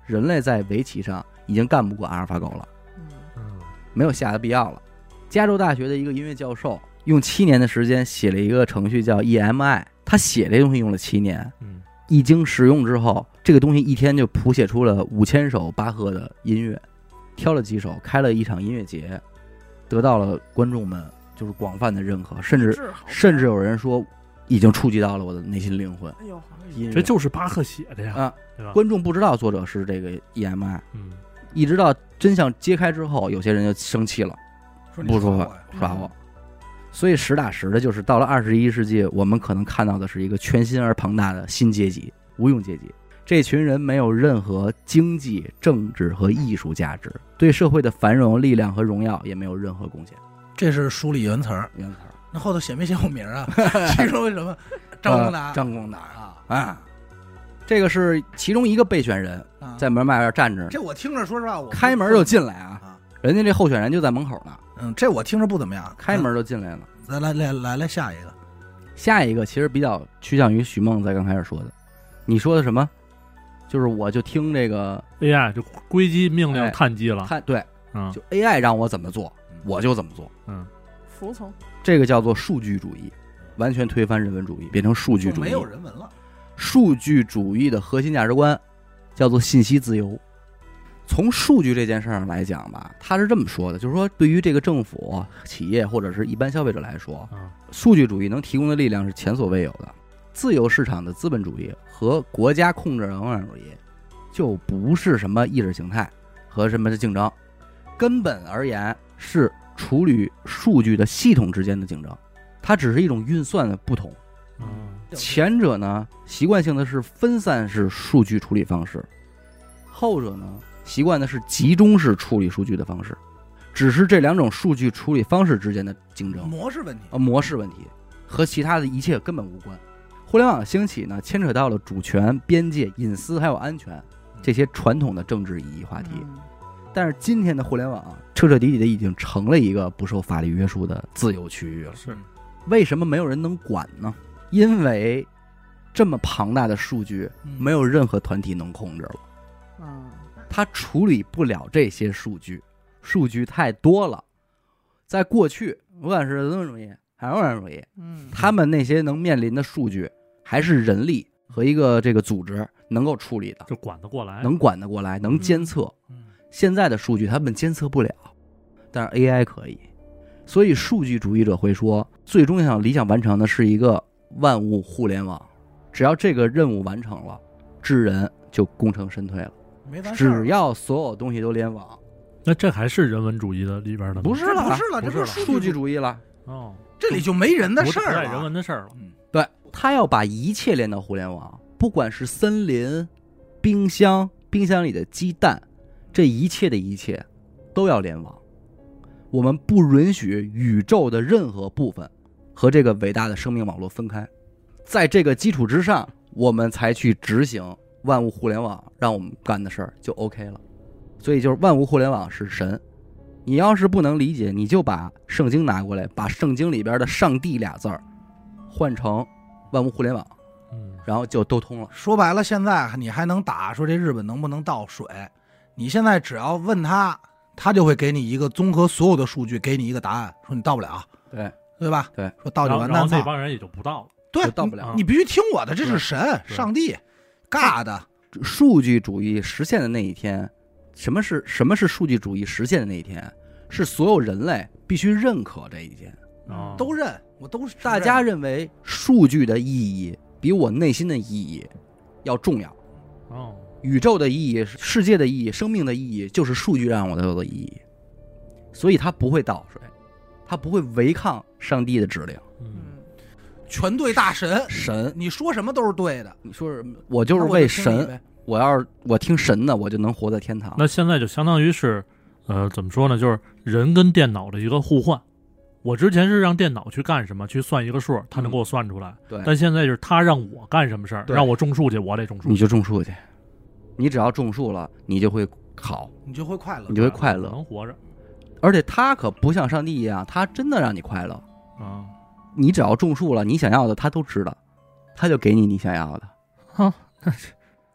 [SPEAKER 1] 人类在围棋上已经干不过阿尔法狗了，
[SPEAKER 4] 嗯，
[SPEAKER 1] 没有下的必要了。加州大学的一个音乐教授用七年的时间写了一个程序叫 E M I， 他写这东西用了七年，
[SPEAKER 4] 嗯，
[SPEAKER 1] 一经使用之后，这个东西一天就谱写出了五千首巴赫的音乐，挑了几首，开了一场音乐节，得到了观众们就是广泛的认可，甚至甚至有人说已经触及到了我的内心灵魂。
[SPEAKER 3] 哎呦，
[SPEAKER 1] 音乐
[SPEAKER 4] 这就是巴赫写的呀，
[SPEAKER 1] 啊，
[SPEAKER 4] 对吧？
[SPEAKER 1] 观众不知道作者是这个 E M I，
[SPEAKER 4] 嗯，
[SPEAKER 1] 一直到真相揭开之后，有些人就生气了，
[SPEAKER 2] 说你
[SPEAKER 1] 不说话
[SPEAKER 2] 耍我呀
[SPEAKER 1] 耍我。所以实打实的，就是到了二十一世纪，我们可能看到的是一个全新而庞大的新阶级——无用阶级。这群人没有任何经济、政治和艺术价值，对社会的繁荣、力量和荣耀也没有任何贡献。
[SPEAKER 2] 这是书里原词儿，
[SPEAKER 1] 原词儿
[SPEAKER 2] 那后头写没写我名啊？其中为什么？张公达，
[SPEAKER 1] 呃张公达
[SPEAKER 2] 啊
[SPEAKER 1] 啊，这个是其中一个备选人，
[SPEAKER 2] 啊！
[SPEAKER 1] 在门外边站着，
[SPEAKER 2] 这我听着，说实话，我
[SPEAKER 1] 开门就进来啊，
[SPEAKER 2] 啊。
[SPEAKER 1] 人家这候选人就在门口呢，
[SPEAKER 2] 嗯，这我听着不怎么样。
[SPEAKER 1] 开门就进来了。
[SPEAKER 2] 咱来来来来下一个，
[SPEAKER 1] 下一个其实比较趋向于许梦在刚开始说的，你说的什么？就是我就听这个
[SPEAKER 4] A I 就归机命令
[SPEAKER 1] 哎
[SPEAKER 4] 碳基了，
[SPEAKER 1] 他对，
[SPEAKER 4] 嗯，
[SPEAKER 1] 就 A I 让我怎么做，我就怎么做。
[SPEAKER 4] 嗯，
[SPEAKER 3] 服从。
[SPEAKER 1] 这个叫做数据主义，完全推翻人文主义，变成数据主义。
[SPEAKER 2] 就没有人文了。
[SPEAKER 1] 数据主义的核心价值观叫做信息自由。从数据这件事上来讲吧，他是这么说的，就是说对于这个政府、企业或者是一般消费者来说，
[SPEAKER 4] 啊，
[SPEAKER 1] 数据主义能提供的力量是前所未有的。自由市场的资本主义和国家控制的共产主义就不是什么意识形态和什么的竞争，根本而言是处理数据的系统之间的竞争，它只是一种运算的不同。
[SPEAKER 4] 嗯，
[SPEAKER 1] 前者呢，习惯性的是分散式数据处理方式，后者呢，习惯的是集中式处理数据的方式，只是这两种数据处理方式之间的竞争
[SPEAKER 2] 模式问题，
[SPEAKER 1] 呃模式问题，和其他的一切根本无关。互联网的兴起呢，牵扯到了主权、边界、隐私还有安全这些传统的政治意义话题。
[SPEAKER 3] 嗯
[SPEAKER 1] 但是今天的互联网啊，彻彻底底的已经成了一个不受法律约束的自由区域了。
[SPEAKER 4] 是
[SPEAKER 1] 为什么没有人能管呢？因为这么庞大的数据，没有任何团体能控制了，
[SPEAKER 3] 嗯，
[SPEAKER 1] 它处理不了这些数据，数据太多了。在过去，不管是人文主义还是共产主义，
[SPEAKER 3] 嗯，
[SPEAKER 1] 他们那些能面临的数据，还是人力和一个这个组织能够处理的，
[SPEAKER 4] 就管得过来，
[SPEAKER 1] 能管得过来，能监测。
[SPEAKER 2] 嗯
[SPEAKER 1] 现在的数据他们监测不了，但是 A I 可以。所以数据主义者会说，最终想理想完成的是一个万物互联网，只要这个任务完成了，智人就功成身退了。
[SPEAKER 2] 没咱事儿
[SPEAKER 1] 只要所有东西都联网，
[SPEAKER 4] 那这还是人文主义的里边的吗？
[SPEAKER 1] 不是了，
[SPEAKER 2] 这不是了，这
[SPEAKER 1] 不
[SPEAKER 2] 是
[SPEAKER 1] 数据主义了。
[SPEAKER 4] 哦，
[SPEAKER 2] 这里就没人的事儿
[SPEAKER 4] 不在人文
[SPEAKER 2] 了。
[SPEAKER 4] 的事儿了。
[SPEAKER 2] 嗯，
[SPEAKER 1] 对，他要把一切连到互联网，不管是森林、冰箱、冰箱里的鸡蛋，这一切的一切都要联网。我们不允许宇宙的任何部分和这个伟大的生命网络分开，在这个基础之上，我们才去执行万物互联网让我们干的事儿就 OK 了。所以就是万物互联网是神。你要是不能理解，你就把圣经拿过来，把圣经里边的上帝俩字儿换成万物互联网，
[SPEAKER 4] 嗯，
[SPEAKER 1] 然后就都通了。
[SPEAKER 2] 说白了，现在你还能打说这日本能不能倒水？你现在只要问他，他就会给你一个综合所有的数据，给你一个答案，说你到不了，
[SPEAKER 1] 对
[SPEAKER 2] 对吧？
[SPEAKER 1] 对，
[SPEAKER 2] 说到就
[SPEAKER 4] 然后然后
[SPEAKER 2] 完蛋操。
[SPEAKER 4] 那帮人也就不到了。
[SPEAKER 2] 对
[SPEAKER 1] 就，到不了
[SPEAKER 2] 你你必须听我的，这是神、
[SPEAKER 4] 对
[SPEAKER 2] 上帝尬的。
[SPEAKER 1] 数据主义实现的那一天，什么是什么是数据主义实现的那一天？是所有人类必须认可这一天，
[SPEAKER 4] 啊，
[SPEAKER 2] 都认，我都是
[SPEAKER 1] 大家认为数据的意义比我内心的意义要重要。
[SPEAKER 4] 哦，
[SPEAKER 1] 宇宙的意义、世界的意义、生命的意义，就是数据让我有的意义。所以他不会倒水，他不会违抗上帝的指令。
[SPEAKER 4] 嗯，
[SPEAKER 2] 全对大神，
[SPEAKER 1] 神，
[SPEAKER 2] 你说什么都是对的，
[SPEAKER 1] 你说是我就是
[SPEAKER 2] 那我
[SPEAKER 1] 为
[SPEAKER 2] 听你
[SPEAKER 1] 神，
[SPEAKER 2] 呗。
[SPEAKER 1] 我要是我听神的，我就能活在天堂。
[SPEAKER 4] 那现在就相当于是，呃，怎么说呢？就是人跟电脑的一个互换。我之前是让电脑去干什么，去算一个数，它能给我算出来。
[SPEAKER 1] 对，
[SPEAKER 4] 但现在就是他让我干什么事儿，
[SPEAKER 1] 对
[SPEAKER 4] 让我种树去，我得种树。
[SPEAKER 1] 你就种树去，你只要种树了，你就会好，
[SPEAKER 2] 你就会快乐，
[SPEAKER 1] 你就会快乐。
[SPEAKER 4] 能活着
[SPEAKER 1] 而且他可不像上帝一样，他真的让你快乐。
[SPEAKER 4] 啊！
[SPEAKER 1] 你只要种树了，你想要的他都知道，他就给你你想要的。
[SPEAKER 4] 哈，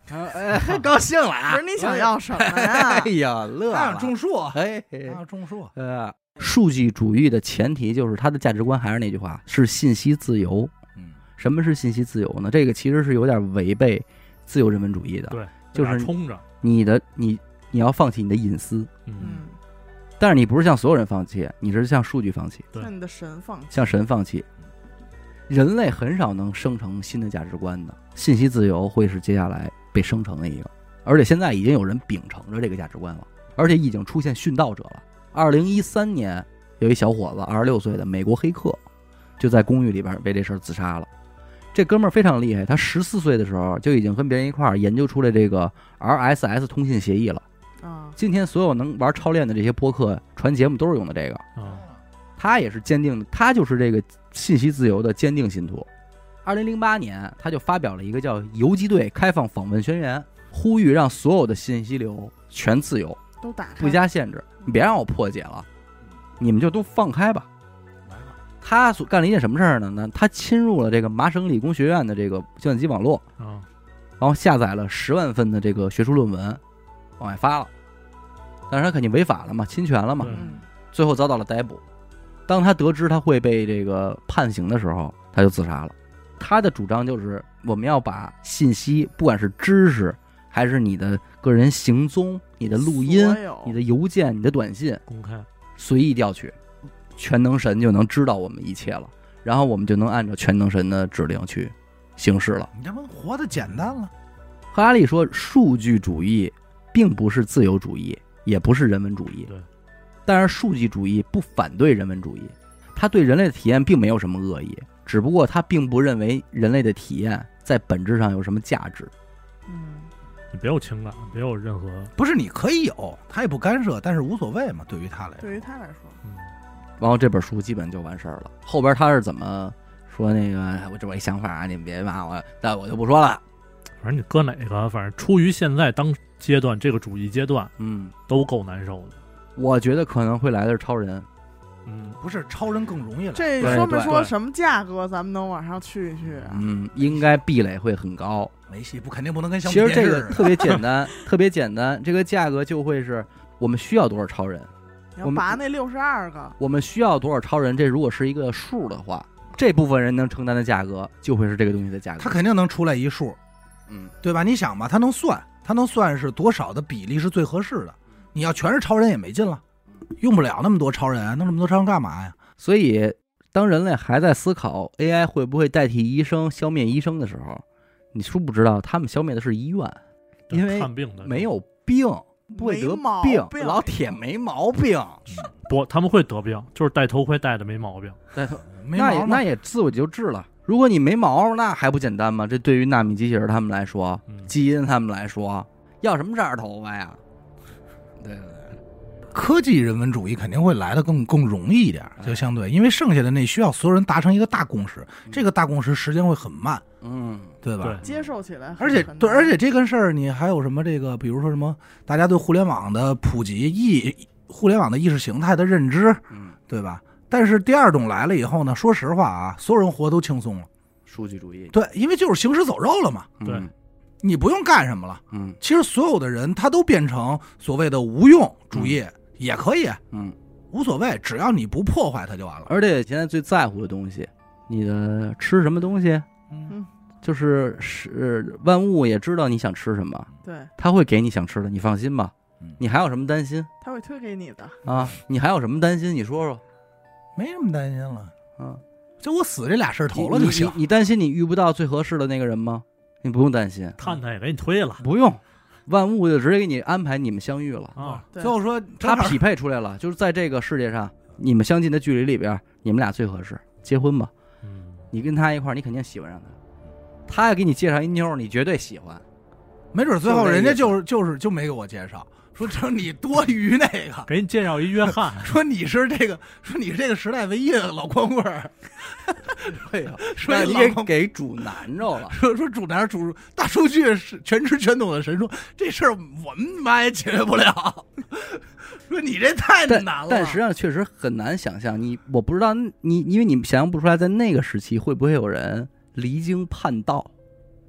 [SPEAKER 1] 哎，高兴了啊！
[SPEAKER 3] 不是你想要什么呀？
[SPEAKER 1] 哎呀，乐
[SPEAKER 2] 他
[SPEAKER 1] 了，
[SPEAKER 2] 想种树，
[SPEAKER 1] 哎，
[SPEAKER 2] 他想种树。
[SPEAKER 1] 呃，数据主义的前提就是他的价值观还是那句话，是信息自由。
[SPEAKER 2] 嗯，
[SPEAKER 1] 什么是信息自由呢？这个其实是有点违背自由人文主义的。
[SPEAKER 4] 对，
[SPEAKER 1] 就是
[SPEAKER 4] 冲着
[SPEAKER 1] 你的你你要放弃你的隐私，
[SPEAKER 4] 嗯，
[SPEAKER 3] 嗯，
[SPEAKER 1] 但是你不是向所有人放弃，你是向数据放弃，
[SPEAKER 4] 对
[SPEAKER 3] 向你的神放弃。
[SPEAKER 1] 向神放弃。人类很少能生成新的价值观的，信息自由会是接下来被生成的一个，而且现在已经有人秉承着这个价值观了，而且已经出现殉道者了。二零一三年，有一小伙子，二十六岁的美国黑客，就在公寓里边为这事儿自杀了。这哥们儿非常厉害，他十四岁的时候就已经跟别人一块儿研究出来这个 R S S 通信协议了。
[SPEAKER 3] 啊，
[SPEAKER 1] 今天所有能玩超链的这些播客传节目都是用的这个。
[SPEAKER 4] 啊，
[SPEAKER 1] 他也是坚定的，他就是这个信息自由的坚定信徒。二零零八年，他就发表了一个叫《游击队开放访问宣言》，呼吁让所有的信息流全自由，
[SPEAKER 3] 都打开，
[SPEAKER 1] 不加限制，你别让我破解了，你们就都放开吧。他所干了一件什么事儿呢？呢，他侵入了这个麻省理工学院的这个计算机网络，
[SPEAKER 4] 啊，
[SPEAKER 1] 然后下载了十万份的这个学术论文，往外发了。但是他肯定违法了嘛，侵权了嘛，
[SPEAKER 4] 对
[SPEAKER 3] 嗯，
[SPEAKER 1] 最后遭到了逮捕。当他得知他会被这个判刑的时候，他就自杀了。他的主张就是我们要把信息，不管是知识还是你的个人行踪、你的录音
[SPEAKER 3] 所有、
[SPEAKER 1] 你的邮件、你的短信，
[SPEAKER 4] 公开，
[SPEAKER 1] 随意调取，全能神就能知道我们一切了，然后我们就能按照全能神的指令去行事了。
[SPEAKER 2] 你这不活得简单了？
[SPEAKER 1] 赫拉利说，数据主义并不是自由主义，也不是人文主义。
[SPEAKER 4] 对，
[SPEAKER 1] 但是数据主义不反对人文主义，他对人类的体验并没有什么恶意，只不过他并不认为人类的体验在本质上有什么价值。
[SPEAKER 3] 嗯，
[SPEAKER 4] 你别有情感，别有任何，
[SPEAKER 2] 不是，你可以有，他也不干涉，但是无所谓嘛，对于他来说。
[SPEAKER 3] 对于他来说，
[SPEAKER 4] 嗯，
[SPEAKER 1] 然后这本书基本就完事儿了。后边他是怎么说那个，我这我一想法啊，你们别骂我，但我就不说了。
[SPEAKER 4] 反正你搁哪个，反正出于现在当阶段这个主义阶段，
[SPEAKER 1] 嗯，
[SPEAKER 4] 都够难受的。
[SPEAKER 1] 我觉得可能会来的是超人。
[SPEAKER 4] 嗯，
[SPEAKER 2] 不是超人更容易了。
[SPEAKER 3] 这
[SPEAKER 1] 对
[SPEAKER 3] 说没
[SPEAKER 1] 对
[SPEAKER 3] 说什么价格，咱们能往上去一去啊？
[SPEAKER 1] 嗯，应该壁垒会很高。
[SPEAKER 2] 没戏，不肯定不能跟小
[SPEAKER 1] 其
[SPEAKER 2] 米电视似的。
[SPEAKER 1] 实这个特别简单，特别简单，这个价格就会是我们需要多少超人，
[SPEAKER 3] 你要拔那六十二个，
[SPEAKER 1] 我们需要多少超人，这如果是一个数的话，这部分人能承担的价格就会是这个东西的价格。
[SPEAKER 2] 他肯定能出来一数，
[SPEAKER 1] 嗯，
[SPEAKER 2] 对吧？你想吧，他能算，他能算是多少的比例是最合适的。你要全是超人也没劲了，用不了那么多超人，弄那么多超人干嘛呀？
[SPEAKER 1] 所以当人类还在思考 A I 会不会代替医生、消灭医生的时候，你殊不知道他们消灭的是医院，因为
[SPEAKER 4] 看病的
[SPEAKER 1] 没有病，不会得
[SPEAKER 3] 没毛
[SPEAKER 1] 病，
[SPEAKER 3] 病
[SPEAKER 1] 老铁没毛病。
[SPEAKER 4] 不，他们会得病，就是戴头盔戴的没毛病。
[SPEAKER 1] 对，那也
[SPEAKER 2] 没毛
[SPEAKER 1] 那也自我就治了。如果你没毛，那还不简单吗？这对于纳米机器人他们来说，
[SPEAKER 4] 嗯，
[SPEAKER 1] 基因他们来说，要什么色儿头发呀？对对对，
[SPEAKER 2] 科技人文主义肯定会来的更更容易一点，就相对，因为剩下的那需要所有人达成一个大共识，这个大共识时间会很慢，
[SPEAKER 1] 嗯，
[SPEAKER 2] 对吧？
[SPEAKER 4] 对
[SPEAKER 3] 接受起来很，
[SPEAKER 2] 而且对，
[SPEAKER 3] 很难
[SPEAKER 2] 而且这个事儿你还有什么这个，比如说什么，大家对互联网的普及意，互联网的意识形态的认知，
[SPEAKER 1] 嗯，
[SPEAKER 2] 对吧？但是第二种来了以后呢，说实话啊，所有人活都轻松了，
[SPEAKER 1] 数据主义，
[SPEAKER 2] 对，因为就是行尸走肉了嘛，
[SPEAKER 4] 对
[SPEAKER 1] 嗯
[SPEAKER 2] 你不用干什么了。
[SPEAKER 1] 嗯
[SPEAKER 2] 其实所有的人他都变成所谓的无用主义，也可以，
[SPEAKER 1] 嗯，
[SPEAKER 2] 无所谓，只要你不破坏它就完了。
[SPEAKER 1] 而且现在最在乎的东西，你的吃什么东西，
[SPEAKER 2] 嗯，
[SPEAKER 1] 就是是万物也知道你想吃什么，
[SPEAKER 3] 对，
[SPEAKER 1] 他会给你想吃的，你放心吧
[SPEAKER 2] 嗯。
[SPEAKER 1] 你还有什么担心
[SPEAKER 3] 他会推给你的。
[SPEAKER 1] 啊？你还有什么担心？你说说。
[SPEAKER 2] 没什么担心了，
[SPEAKER 1] 啊，
[SPEAKER 2] 就我死这俩事儿投了就行
[SPEAKER 1] 你。你你担心你遇不到最合适的那个人吗？你不用担心，
[SPEAKER 4] 探探也给你推了
[SPEAKER 1] 不用，万物就直接给你安排你们相遇了。
[SPEAKER 4] 啊，
[SPEAKER 3] 对
[SPEAKER 2] 最后说
[SPEAKER 1] 他匹配出来了，就是在这个世界上，你们相近的距离里边，你们俩最合适，结婚吧。
[SPEAKER 4] 嗯，
[SPEAKER 1] 你跟他一块儿，你肯定喜欢上他。他要给你介绍一妞儿，你绝对喜欢。
[SPEAKER 2] 没准最后人家就是就是就没给我介绍，说这你多余那个，
[SPEAKER 4] 给你介绍一约翰，
[SPEAKER 2] 说你是这个，说你是这个时代唯一的老光棍儿，
[SPEAKER 1] 对呀，
[SPEAKER 2] 说
[SPEAKER 1] 那你给
[SPEAKER 2] 你老光
[SPEAKER 1] 给主难着了。
[SPEAKER 2] 说说主男主大数据是全知全懂的神说这事儿我们妈也解决不了，说你这太
[SPEAKER 1] 但
[SPEAKER 2] 难了。
[SPEAKER 1] 但实际上确实很难想象，你我不知道你，因为你想象不出来，在那个时期会不会有人离经叛道。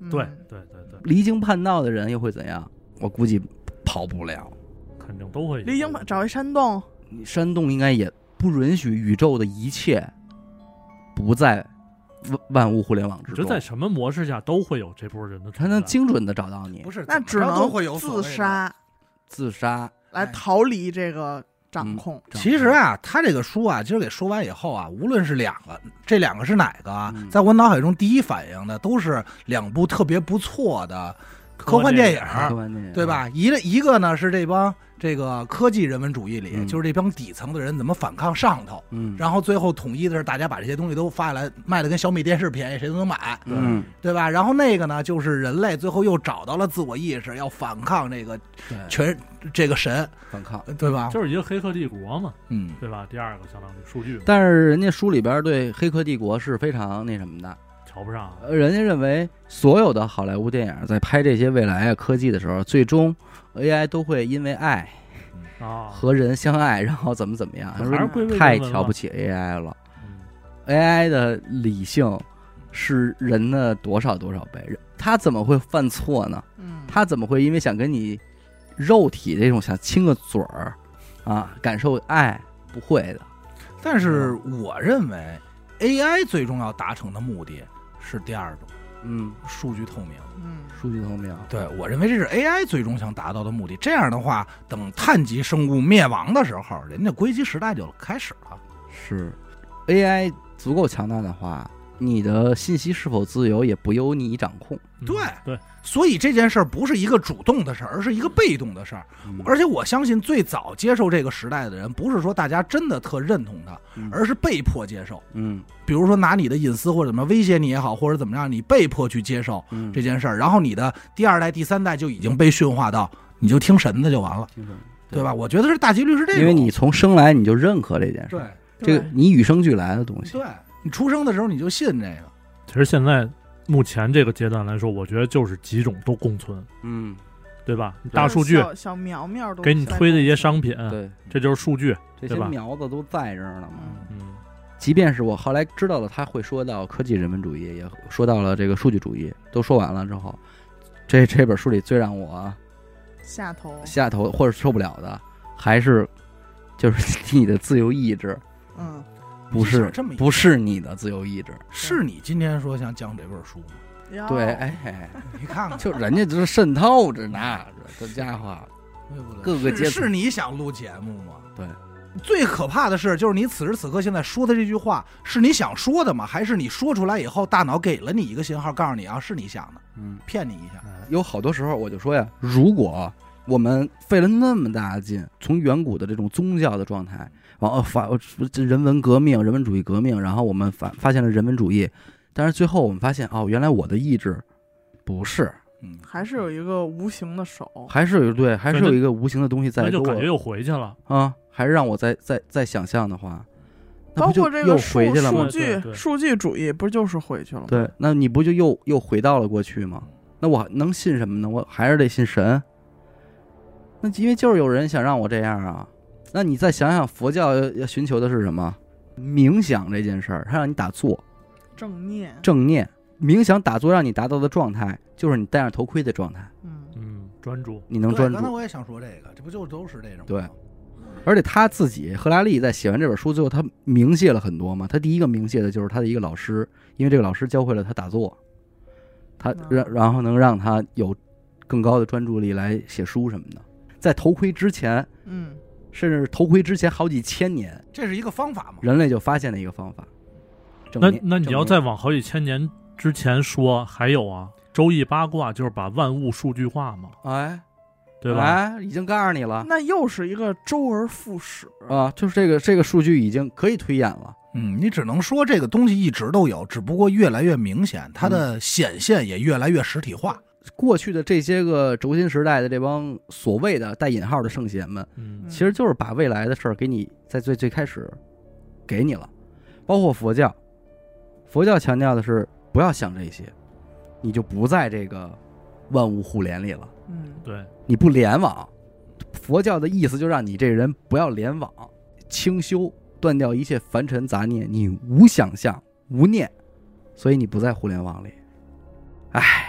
[SPEAKER 4] 对对对对，
[SPEAKER 1] 离经叛道的人又会怎样？我估计跑不了，
[SPEAKER 4] 肯定都会
[SPEAKER 3] 离经叛找一山洞，
[SPEAKER 1] 你山洞应该也不允许宇宙的一切不在万万物互联网之中。
[SPEAKER 4] 这在什么模式下都会有这波人的存在，
[SPEAKER 1] 才能精准的找到你。
[SPEAKER 2] 不是，
[SPEAKER 3] 那只能
[SPEAKER 2] 怎么着都会有所谓
[SPEAKER 3] 自
[SPEAKER 2] 的。
[SPEAKER 3] 杀
[SPEAKER 1] 自杀
[SPEAKER 3] 来逃离这个掌控。
[SPEAKER 2] 其实啊，他这个书啊，今儿给说完以后啊，无论是两个，这两个是哪个啊？
[SPEAKER 1] 嗯
[SPEAKER 2] 在我脑海中第一反应的都是两部特别不错的科幻电影，
[SPEAKER 1] 科幻电影
[SPEAKER 2] 对？吧？一个一个呢是这帮这个科技人文主义里，
[SPEAKER 1] 嗯
[SPEAKER 2] 就是这帮底层的人怎么反抗上头，
[SPEAKER 1] 嗯，
[SPEAKER 2] 然后最后统一的是大家把这些东西都发下来，卖的跟小米电视便宜，谁都能买，
[SPEAKER 1] 嗯，
[SPEAKER 2] 对吧？然后那个呢，就是人类最后又找到了自我意识，要反抗这个
[SPEAKER 1] 对，
[SPEAKER 2] 全这个神，
[SPEAKER 1] 反抗。
[SPEAKER 2] 对吧？
[SPEAKER 4] 就是一个黑客帝国嘛，
[SPEAKER 2] 嗯，
[SPEAKER 4] 对吧？第二个相当于数据嘛
[SPEAKER 1] 但是人家书里边对《黑客帝国》是非常那什么的，
[SPEAKER 4] 瞧不上啊，
[SPEAKER 1] 呃人家认为所有的好莱坞电影在拍这些未来啊科技的时候，最终 A I 都会因为爱
[SPEAKER 4] 啊，
[SPEAKER 1] 和人相爱，然后怎么怎么样，他说
[SPEAKER 4] 还是归为
[SPEAKER 1] 太
[SPEAKER 4] 人文了
[SPEAKER 1] 瞧不起 A I 了。
[SPEAKER 4] 嗯
[SPEAKER 1] A I 的理性是人的多少多少倍，他怎么会犯错呢？
[SPEAKER 3] 嗯，
[SPEAKER 1] 他怎么会因为想跟你肉体这种想亲个嘴儿啊，感受爱？不会的。
[SPEAKER 2] 但是我认为 A I 最终要达成的目的是第二种，
[SPEAKER 1] 嗯，
[SPEAKER 2] 数据透明。
[SPEAKER 3] 嗯，
[SPEAKER 1] 数据透明。
[SPEAKER 2] 对，我认为这是 A I 最终想达到的目的。这样的话，等碳基生物灭亡的时候，人家硅基时代就开始了。
[SPEAKER 1] 是 A I 足够强大的话，你的信息是否自由也不由你掌控。
[SPEAKER 4] 嗯
[SPEAKER 2] 对
[SPEAKER 4] 对，
[SPEAKER 2] 所以这件事儿不是一个主动的事儿，而是一个被动的事儿。
[SPEAKER 1] 嗯
[SPEAKER 2] 而且我相信，最早接受这个时代的人，不是说大家真的特认同他，
[SPEAKER 1] 嗯
[SPEAKER 2] 而是被迫接受。
[SPEAKER 1] 嗯
[SPEAKER 2] 比如说拿你的隐私或者怎么威胁你也好，或者怎么样，你被迫去接受
[SPEAKER 1] 嗯，
[SPEAKER 2] 这件事儿，然后你的第二代、第三代就已经被驯化到，你就听神的就完了，
[SPEAKER 1] 听说
[SPEAKER 2] 对吧？我觉得是大几率是这种，
[SPEAKER 1] 因为你从生来你就认可这件事，
[SPEAKER 2] 对
[SPEAKER 1] 这个你与生俱来的东西。
[SPEAKER 2] 对，你出生的时候你就信这个，
[SPEAKER 4] 其实现在目前这个阶段来说，我觉得就是几种都共存，
[SPEAKER 1] 嗯，
[SPEAKER 4] 对吧？大数据
[SPEAKER 3] 小小苗苗都
[SPEAKER 4] 给你推的一些商品，
[SPEAKER 1] 对，
[SPEAKER 4] 这就是数据，
[SPEAKER 1] 这些
[SPEAKER 4] 对吧
[SPEAKER 1] 苗子都在这儿呢嘛。
[SPEAKER 4] 嗯
[SPEAKER 1] 即便是我后来知道了他会说到科技人文主义，也说到了这个数据主义，都说完了之后，这这本书里最让我
[SPEAKER 3] 下头，
[SPEAKER 1] 下头或者受不了的，还是就是你的自由意志，
[SPEAKER 3] 嗯，
[SPEAKER 1] 不
[SPEAKER 2] 你
[SPEAKER 1] 是
[SPEAKER 2] 想这么一
[SPEAKER 1] 不是你的自由意志。
[SPEAKER 2] 是你今天说想讲这本书吗？
[SPEAKER 3] 要
[SPEAKER 1] 对，哎，
[SPEAKER 2] 你看看，
[SPEAKER 1] 就人家就是渗透着呢，这家伙，
[SPEAKER 2] 对不对？
[SPEAKER 1] 各个阶层
[SPEAKER 2] 是是你想录节目吗？
[SPEAKER 1] 对，
[SPEAKER 2] 最可怕的是，就是你此时此刻现在说的这句话，是你想说的吗？还是你说出来以后，大脑给了你一个信号，告诉你啊，是你想的，
[SPEAKER 1] 嗯，
[SPEAKER 2] 骗你一下？
[SPEAKER 1] 有好多时候我就说呀，如果我们费了那么大的劲，从远古的这种宗教的状态，往后发这人文革命、人文主义革命，然后我们发发现了人文主义，但是最后我们发现哦，原来我的意志不是，
[SPEAKER 2] 嗯，
[SPEAKER 3] 还是有一个无形的手，
[SPEAKER 1] 还是有对，还是有一个无形的东西在给
[SPEAKER 4] 那就感觉
[SPEAKER 1] 我
[SPEAKER 4] 又回去了。
[SPEAKER 1] 啊，还是让我再再再想象的话，那
[SPEAKER 3] 包
[SPEAKER 1] 不就又
[SPEAKER 3] 括这个数
[SPEAKER 1] 回去了吗
[SPEAKER 3] 数？据
[SPEAKER 4] 对对对
[SPEAKER 3] 数据主义，不就是回去了吗？
[SPEAKER 1] 对，那你不就又又回到了过去吗？那我能信什么呢？我还是得信神。那因为就是有人想让我这样啊。那你再想想，佛教要要寻求的是什么？冥想这件事儿，它让你打坐，
[SPEAKER 3] 正念，
[SPEAKER 1] 正念。冥想打坐让你达到的状态，就是你戴上头盔的状态，
[SPEAKER 3] 嗯，
[SPEAKER 4] 嗯，专注。
[SPEAKER 1] 你能专注。
[SPEAKER 2] 对刚才我也想说这个，这不就都是这种？
[SPEAKER 1] 对，而且他自己，赫拉利在写完这本书最后，他冥谢了很多嘛。他第一个冥谢的就是他的一个老师，因为这个老师教会了他打坐，他让然后能让他有更高的专注力来写书什么的。在头盔之前，
[SPEAKER 3] 嗯，
[SPEAKER 1] 甚至头盔之前好几千年，
[SPEAKER 2] 这是一个方法嘛？
[SPEAKER 1] 人类就发现了一个方法。正
[SPEAKER 4] 那
[SPEAKER 1] 念
[SPEAKER 4] 那你要
[SPEAKER 1] 正念
[SPEAKER 4] 再往好几千年之前说，还有啊，周易八卦就是把万物数据化嘛，
[SPEAKER 1] 哎，
[SPEAKER 4] 对吧？
[SPEAKER 1] 哎，已经告诉你了
[SPEAKER 3] 那又是一个周而复始，
[SPEAKER 1] 啊，就是这个这个数据已经可以推演了。
[SPEAKER 2] 嗯，你只能说这个东西一直都有，只不过越来越明显，它的显现也越来越实体化。
[SPEAKER 1] 过去的这些个轴心时代的这帮所谓的带引号的圣贤们，
[SPEAKER 4] 嗯
[SPEAKER 1] 其实就是把未来的事儿给你在最最开始给你了，包括佛教，佛教强调的是不要想这些，你就不在这个万物互联里了，
[SPEAKER 3] 嗯，
[SPEAKER 4] 对，
[SPEAKER 1] 你不联网。佛教的意思就让你这人不要联网，清修，断掉一切凡尘杂念，你无想象无念，所以你不在互联网里。唉，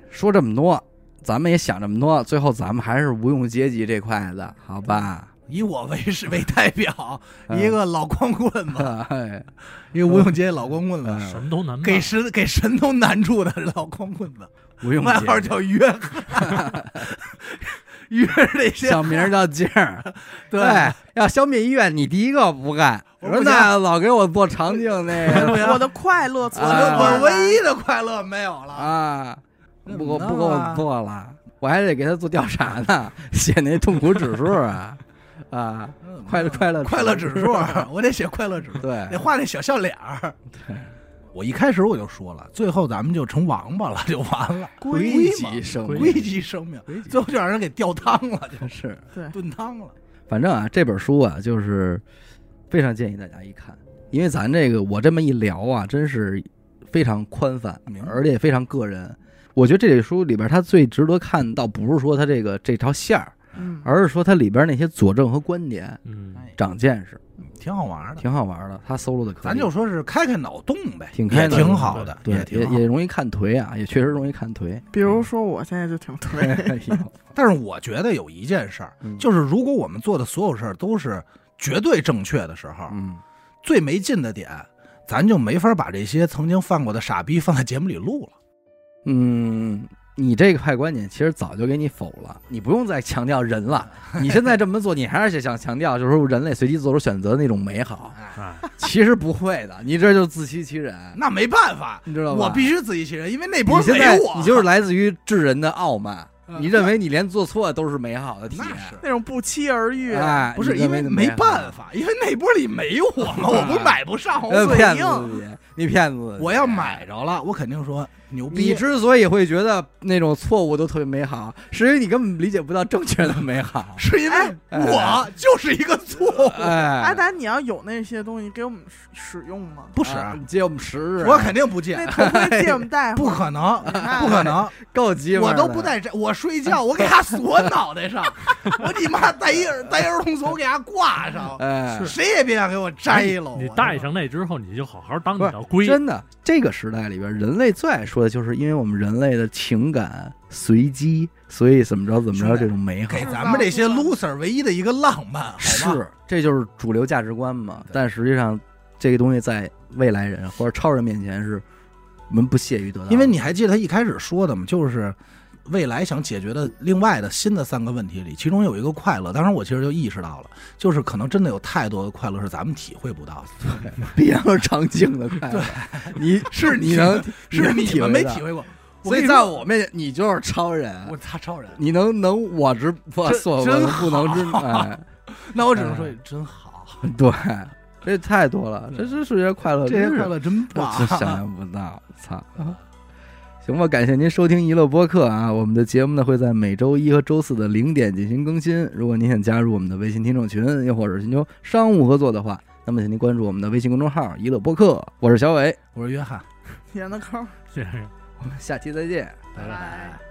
[SPEAKER 1] 说这么多，咱们也想这么多，最后咱们还是无用阶级这块的，好吧？
[SPEAKER 2] 以我为是为代表，
[SPEAKER 1] 嗯
[SPEAKER 2] 一个老光棍子，
[SPEAKER 1] 哎，
[SPEAKER 2] 一个无用阶级老光棍子，
[SPEAKER 1] 嗯
[SPEAKER 4] 什么都难办
[SPEAKER 2] 给神给神都难住的老光棍子，
[SPEAKER 1] 无用阶级，
[SPEAKER 2] 外号叫约翰，约这些
[SPEAKER 1] 小名叫劲儿。
[SPEAKER 2] 对，
[SPEAKER 1] 要消灭医院，你第一个不干。
[SPEAKER 2] 我不
[SPEAKER 1] 我说那老给我做肠镜那个
[SPEAKER 3] 我的快乐从
[SPEAKER 2] 我
[SPEAKER 1] 啊
[SPEAKER 2] 的我唯一的快乐没有了。
[SPEAKER 1] 啊，不给我
[SPEAKER 2] 怎么
[SPEAKER 1] 不给我
[SPEAKER 2] 弄啊
[SPEAKER 1] 做了，我还得给他做调查呢，写那痛苦指数啊啊，快乐快乐
[SPEAKER 2] 快乐指数，我得写快乐指数，
[SPEAKER 1] 对
[SPEAKER 2] 得画那小笑脸儿。我一开始我就说了，最后咱们就成王八了，就完了，
[SPEAKER 1] 归
[SPEAKER 2] 归
[SPEAKER 1] 集生
[SPEAKER 4] 归
[SPEAKER 2] 归集生命，
[SPEAKER 1] 归集
[SPEAKER 2] 最后就让人给吊汤了，就
[SPEAKER 1] 是。
[SPEAKER 3] 对，
[SPEAKER 2] 炖汤了。
[SPEAKER 1] 反正啊，这本书啊，就是非常建议大家一看，因为咱这个我这么一聊啊，真是非常宽泛
[SPEAKER 2] 明，白
[SPEAKER 1] 而且非常个人。我觉得这本书里边，它最值得看，倒不是说它这个这条线儿，
[SPEAKER 3] 嗯，
[SPEAKER 1] 而是说它里边那些佐证和观点，
[SPEAKER 4] 嗯，
[SPEAKER 2] 哎，
[SPEAKER 1] 长见识，
[SPEAKER 2] 挺好玩的。
[SPEAKER 1] 挺好玩的。他搜罗的可以，
[SPEAKER 2] 咱就说是开开脑洞呗，也
[SPEAKER 1] 挺开脑
[SPEAKER 2] 挺好的，
[SPEAKER 1] 对，
[SPEAKER 2] 挺好
[SPEAKER 1] 也也容易看颓啊，也确实容易看颓。
[SPEAKER 3] 比如说我现在就挺颓，
[SPEAKER 1] 哎呦，
[SPEAKER 2] 但是我觉得有一件事儿，
[SPEAKER 1] 嗯
[SPEAKER 2] 就是如果我们做的所有事儿都是绝对正确的时候，
[SPEAKER 1] 嗯，
[SPEAKER 2] 最没劲的点，咱就没法把这些曾经犯过的傻逼放在节目里录了。
[SPEAKER 1] 嗯，你这个派观点其实早就给你否了，你不用再强调人了。你现在这么做，你还是想强调就是说人类随机做出选择的那种美好，
[SPEAKER 4] 哎，
[SPEAKER 1] 其实不会的，你这就自欺欺人，
[SPEAKER 2] 那没办法，
[SPEAKER 1] 你知道吧？
[SPEAKER 2] 我必须自欺欺人，因为那波
[SPEAKER 1] 你现在
[SPEAKER 2] 没我，
[SPEAKER 1] 你就是来自于智人的傲慢，
[SPEAKER 2] 嗯
[SPEAKER 1] 你认为你连做错都是美好的体验
[SPEAKER 2] 那，是
[SPEAKER 3] 那种不期而遇，
[SPEAKER 1] 哎，
[SPEAKER 2] 不是
[SPEAKER 1] 你
[SPEAKER 2] 因为没
[SPEAKER 1] 认那美好
[SPEAKER 2] 办法，因为那波里没我嘛，我不是买不上，我
[SPEAKER 1] 呃骗子
[SPEAKER 3] 硬
[SPEAKER 1] 自己，你骗子自己，
[SPEAKER 2] 我要买着了，我肯定说牛逼。
[SPEAKER 1] 你之所以会觉得那种错误都特别美好，是因为你根本理解不到正确的美好。
[SPEAKER 2] 是因为
[SPEAKER 1] 哎
[SPEAKER 2] 我就是一个错误，
[SPEAKER 1] 哎，
[SPEAKER 3] 阿达，你要有那些东西给我们使用吗？
[SPEAKER 2] 不使，
[SPEAKER 1] 啊你借我们十日，
[SPEAKER 2] 我肯定不借
[SPEAKER 3] 那，头盔借我们戴会儿，
[SPEAKER 2] 不可能，
[SPEAKER 3] 那
[SPEAKER 2] 不可能，
[SPEAKER 1] 够鸡巴的，
[SPEAKER 2] 我都不带这，我睡觉我给他锁脑袋上，我你妈带一儿带儿童锁我给他挂上，
[SPEAKER 1] 哎，
[SPEAKER 2] 谁也别想给我摘了。我
[SPEAKER 4] 你戴上那之后，你就好好当你
[SPEAKER 1] 不是
[SPEAKER 4] 的龟。
[SPEAKER 1] 真的，这个时代里边，人类最爱说的就是，因为我们人类的情感随机，所以怎么着怎么着这种美好
[SPEAKER 2] 给咱们这些 loser 唯一的一个浪漫，好吧？
[SPEAKER 1] 是，这就是主流价值观嘛。
[SPEAKER 2] 对
[SPEAKER 1] 但实际上，这个东西在未来人或者超人面前是我们不屑于得到的，
[SPEAKER 2] 因为你还记得他一开始说的吗？就是未来想解决的另外的新的三个问题里，其中有一个快乐。当时我其实就意识到了，就是可能真的有太多的快乐是咱们体会不到的。
[SPEAKER 1] 别人长颈的快乐，你
[SPEAKER 2] 是
[SPEAKER 1] 你能
[SPEAKER 2] 是
[SPEAKER 1] 能
[SPEAKER 2] 你们没体
[SPEAKER 1] 会
[SPEAKER 2] 会过，
[SPEAKER 1] 到，所以在我面前你就是超人，
[SPEAKER 2] 我他超人，
[SPEAKER 1] 你能能我之我
[SPEAKER 2] 真
[SPEAKER 1] 所
[SPEAKER 2] 真
[SPEAKER 1] 不能之
[SPEAKER 2] 好
[SPEAKER 1] 哎，
[SPEAKER 2] 那我只能说真好，
[SPEAKER 1] 对，这太多了，这这世界快乐，
[SPEAKER 2] 这些
[SPEAKER 1] 真是
[SPEAKER 2] 快乐真
[SPEAKER 1] 这
[SPEAKER 2] 棒。
[SPEAKER 1] 想象不到，操！行吧，感谢您收听娱乐播客啊！我们的节目呢会在每周一和周四的零点进行更新。如果您想加入我们的微信听众群，又或者寻求商务合作的话，那么请您关注我们的微信公众号“娱乐播客”。我是小伟，
[SPEAKER 2] 我是约翰，
[SPEAKER 3] 闫德抠，
[SPEAKER 4] 谢谢。
[SPEAKER 1] 我们下期再见。
[SPEAKER 2] 拜
[SPEAKER 3] 拜。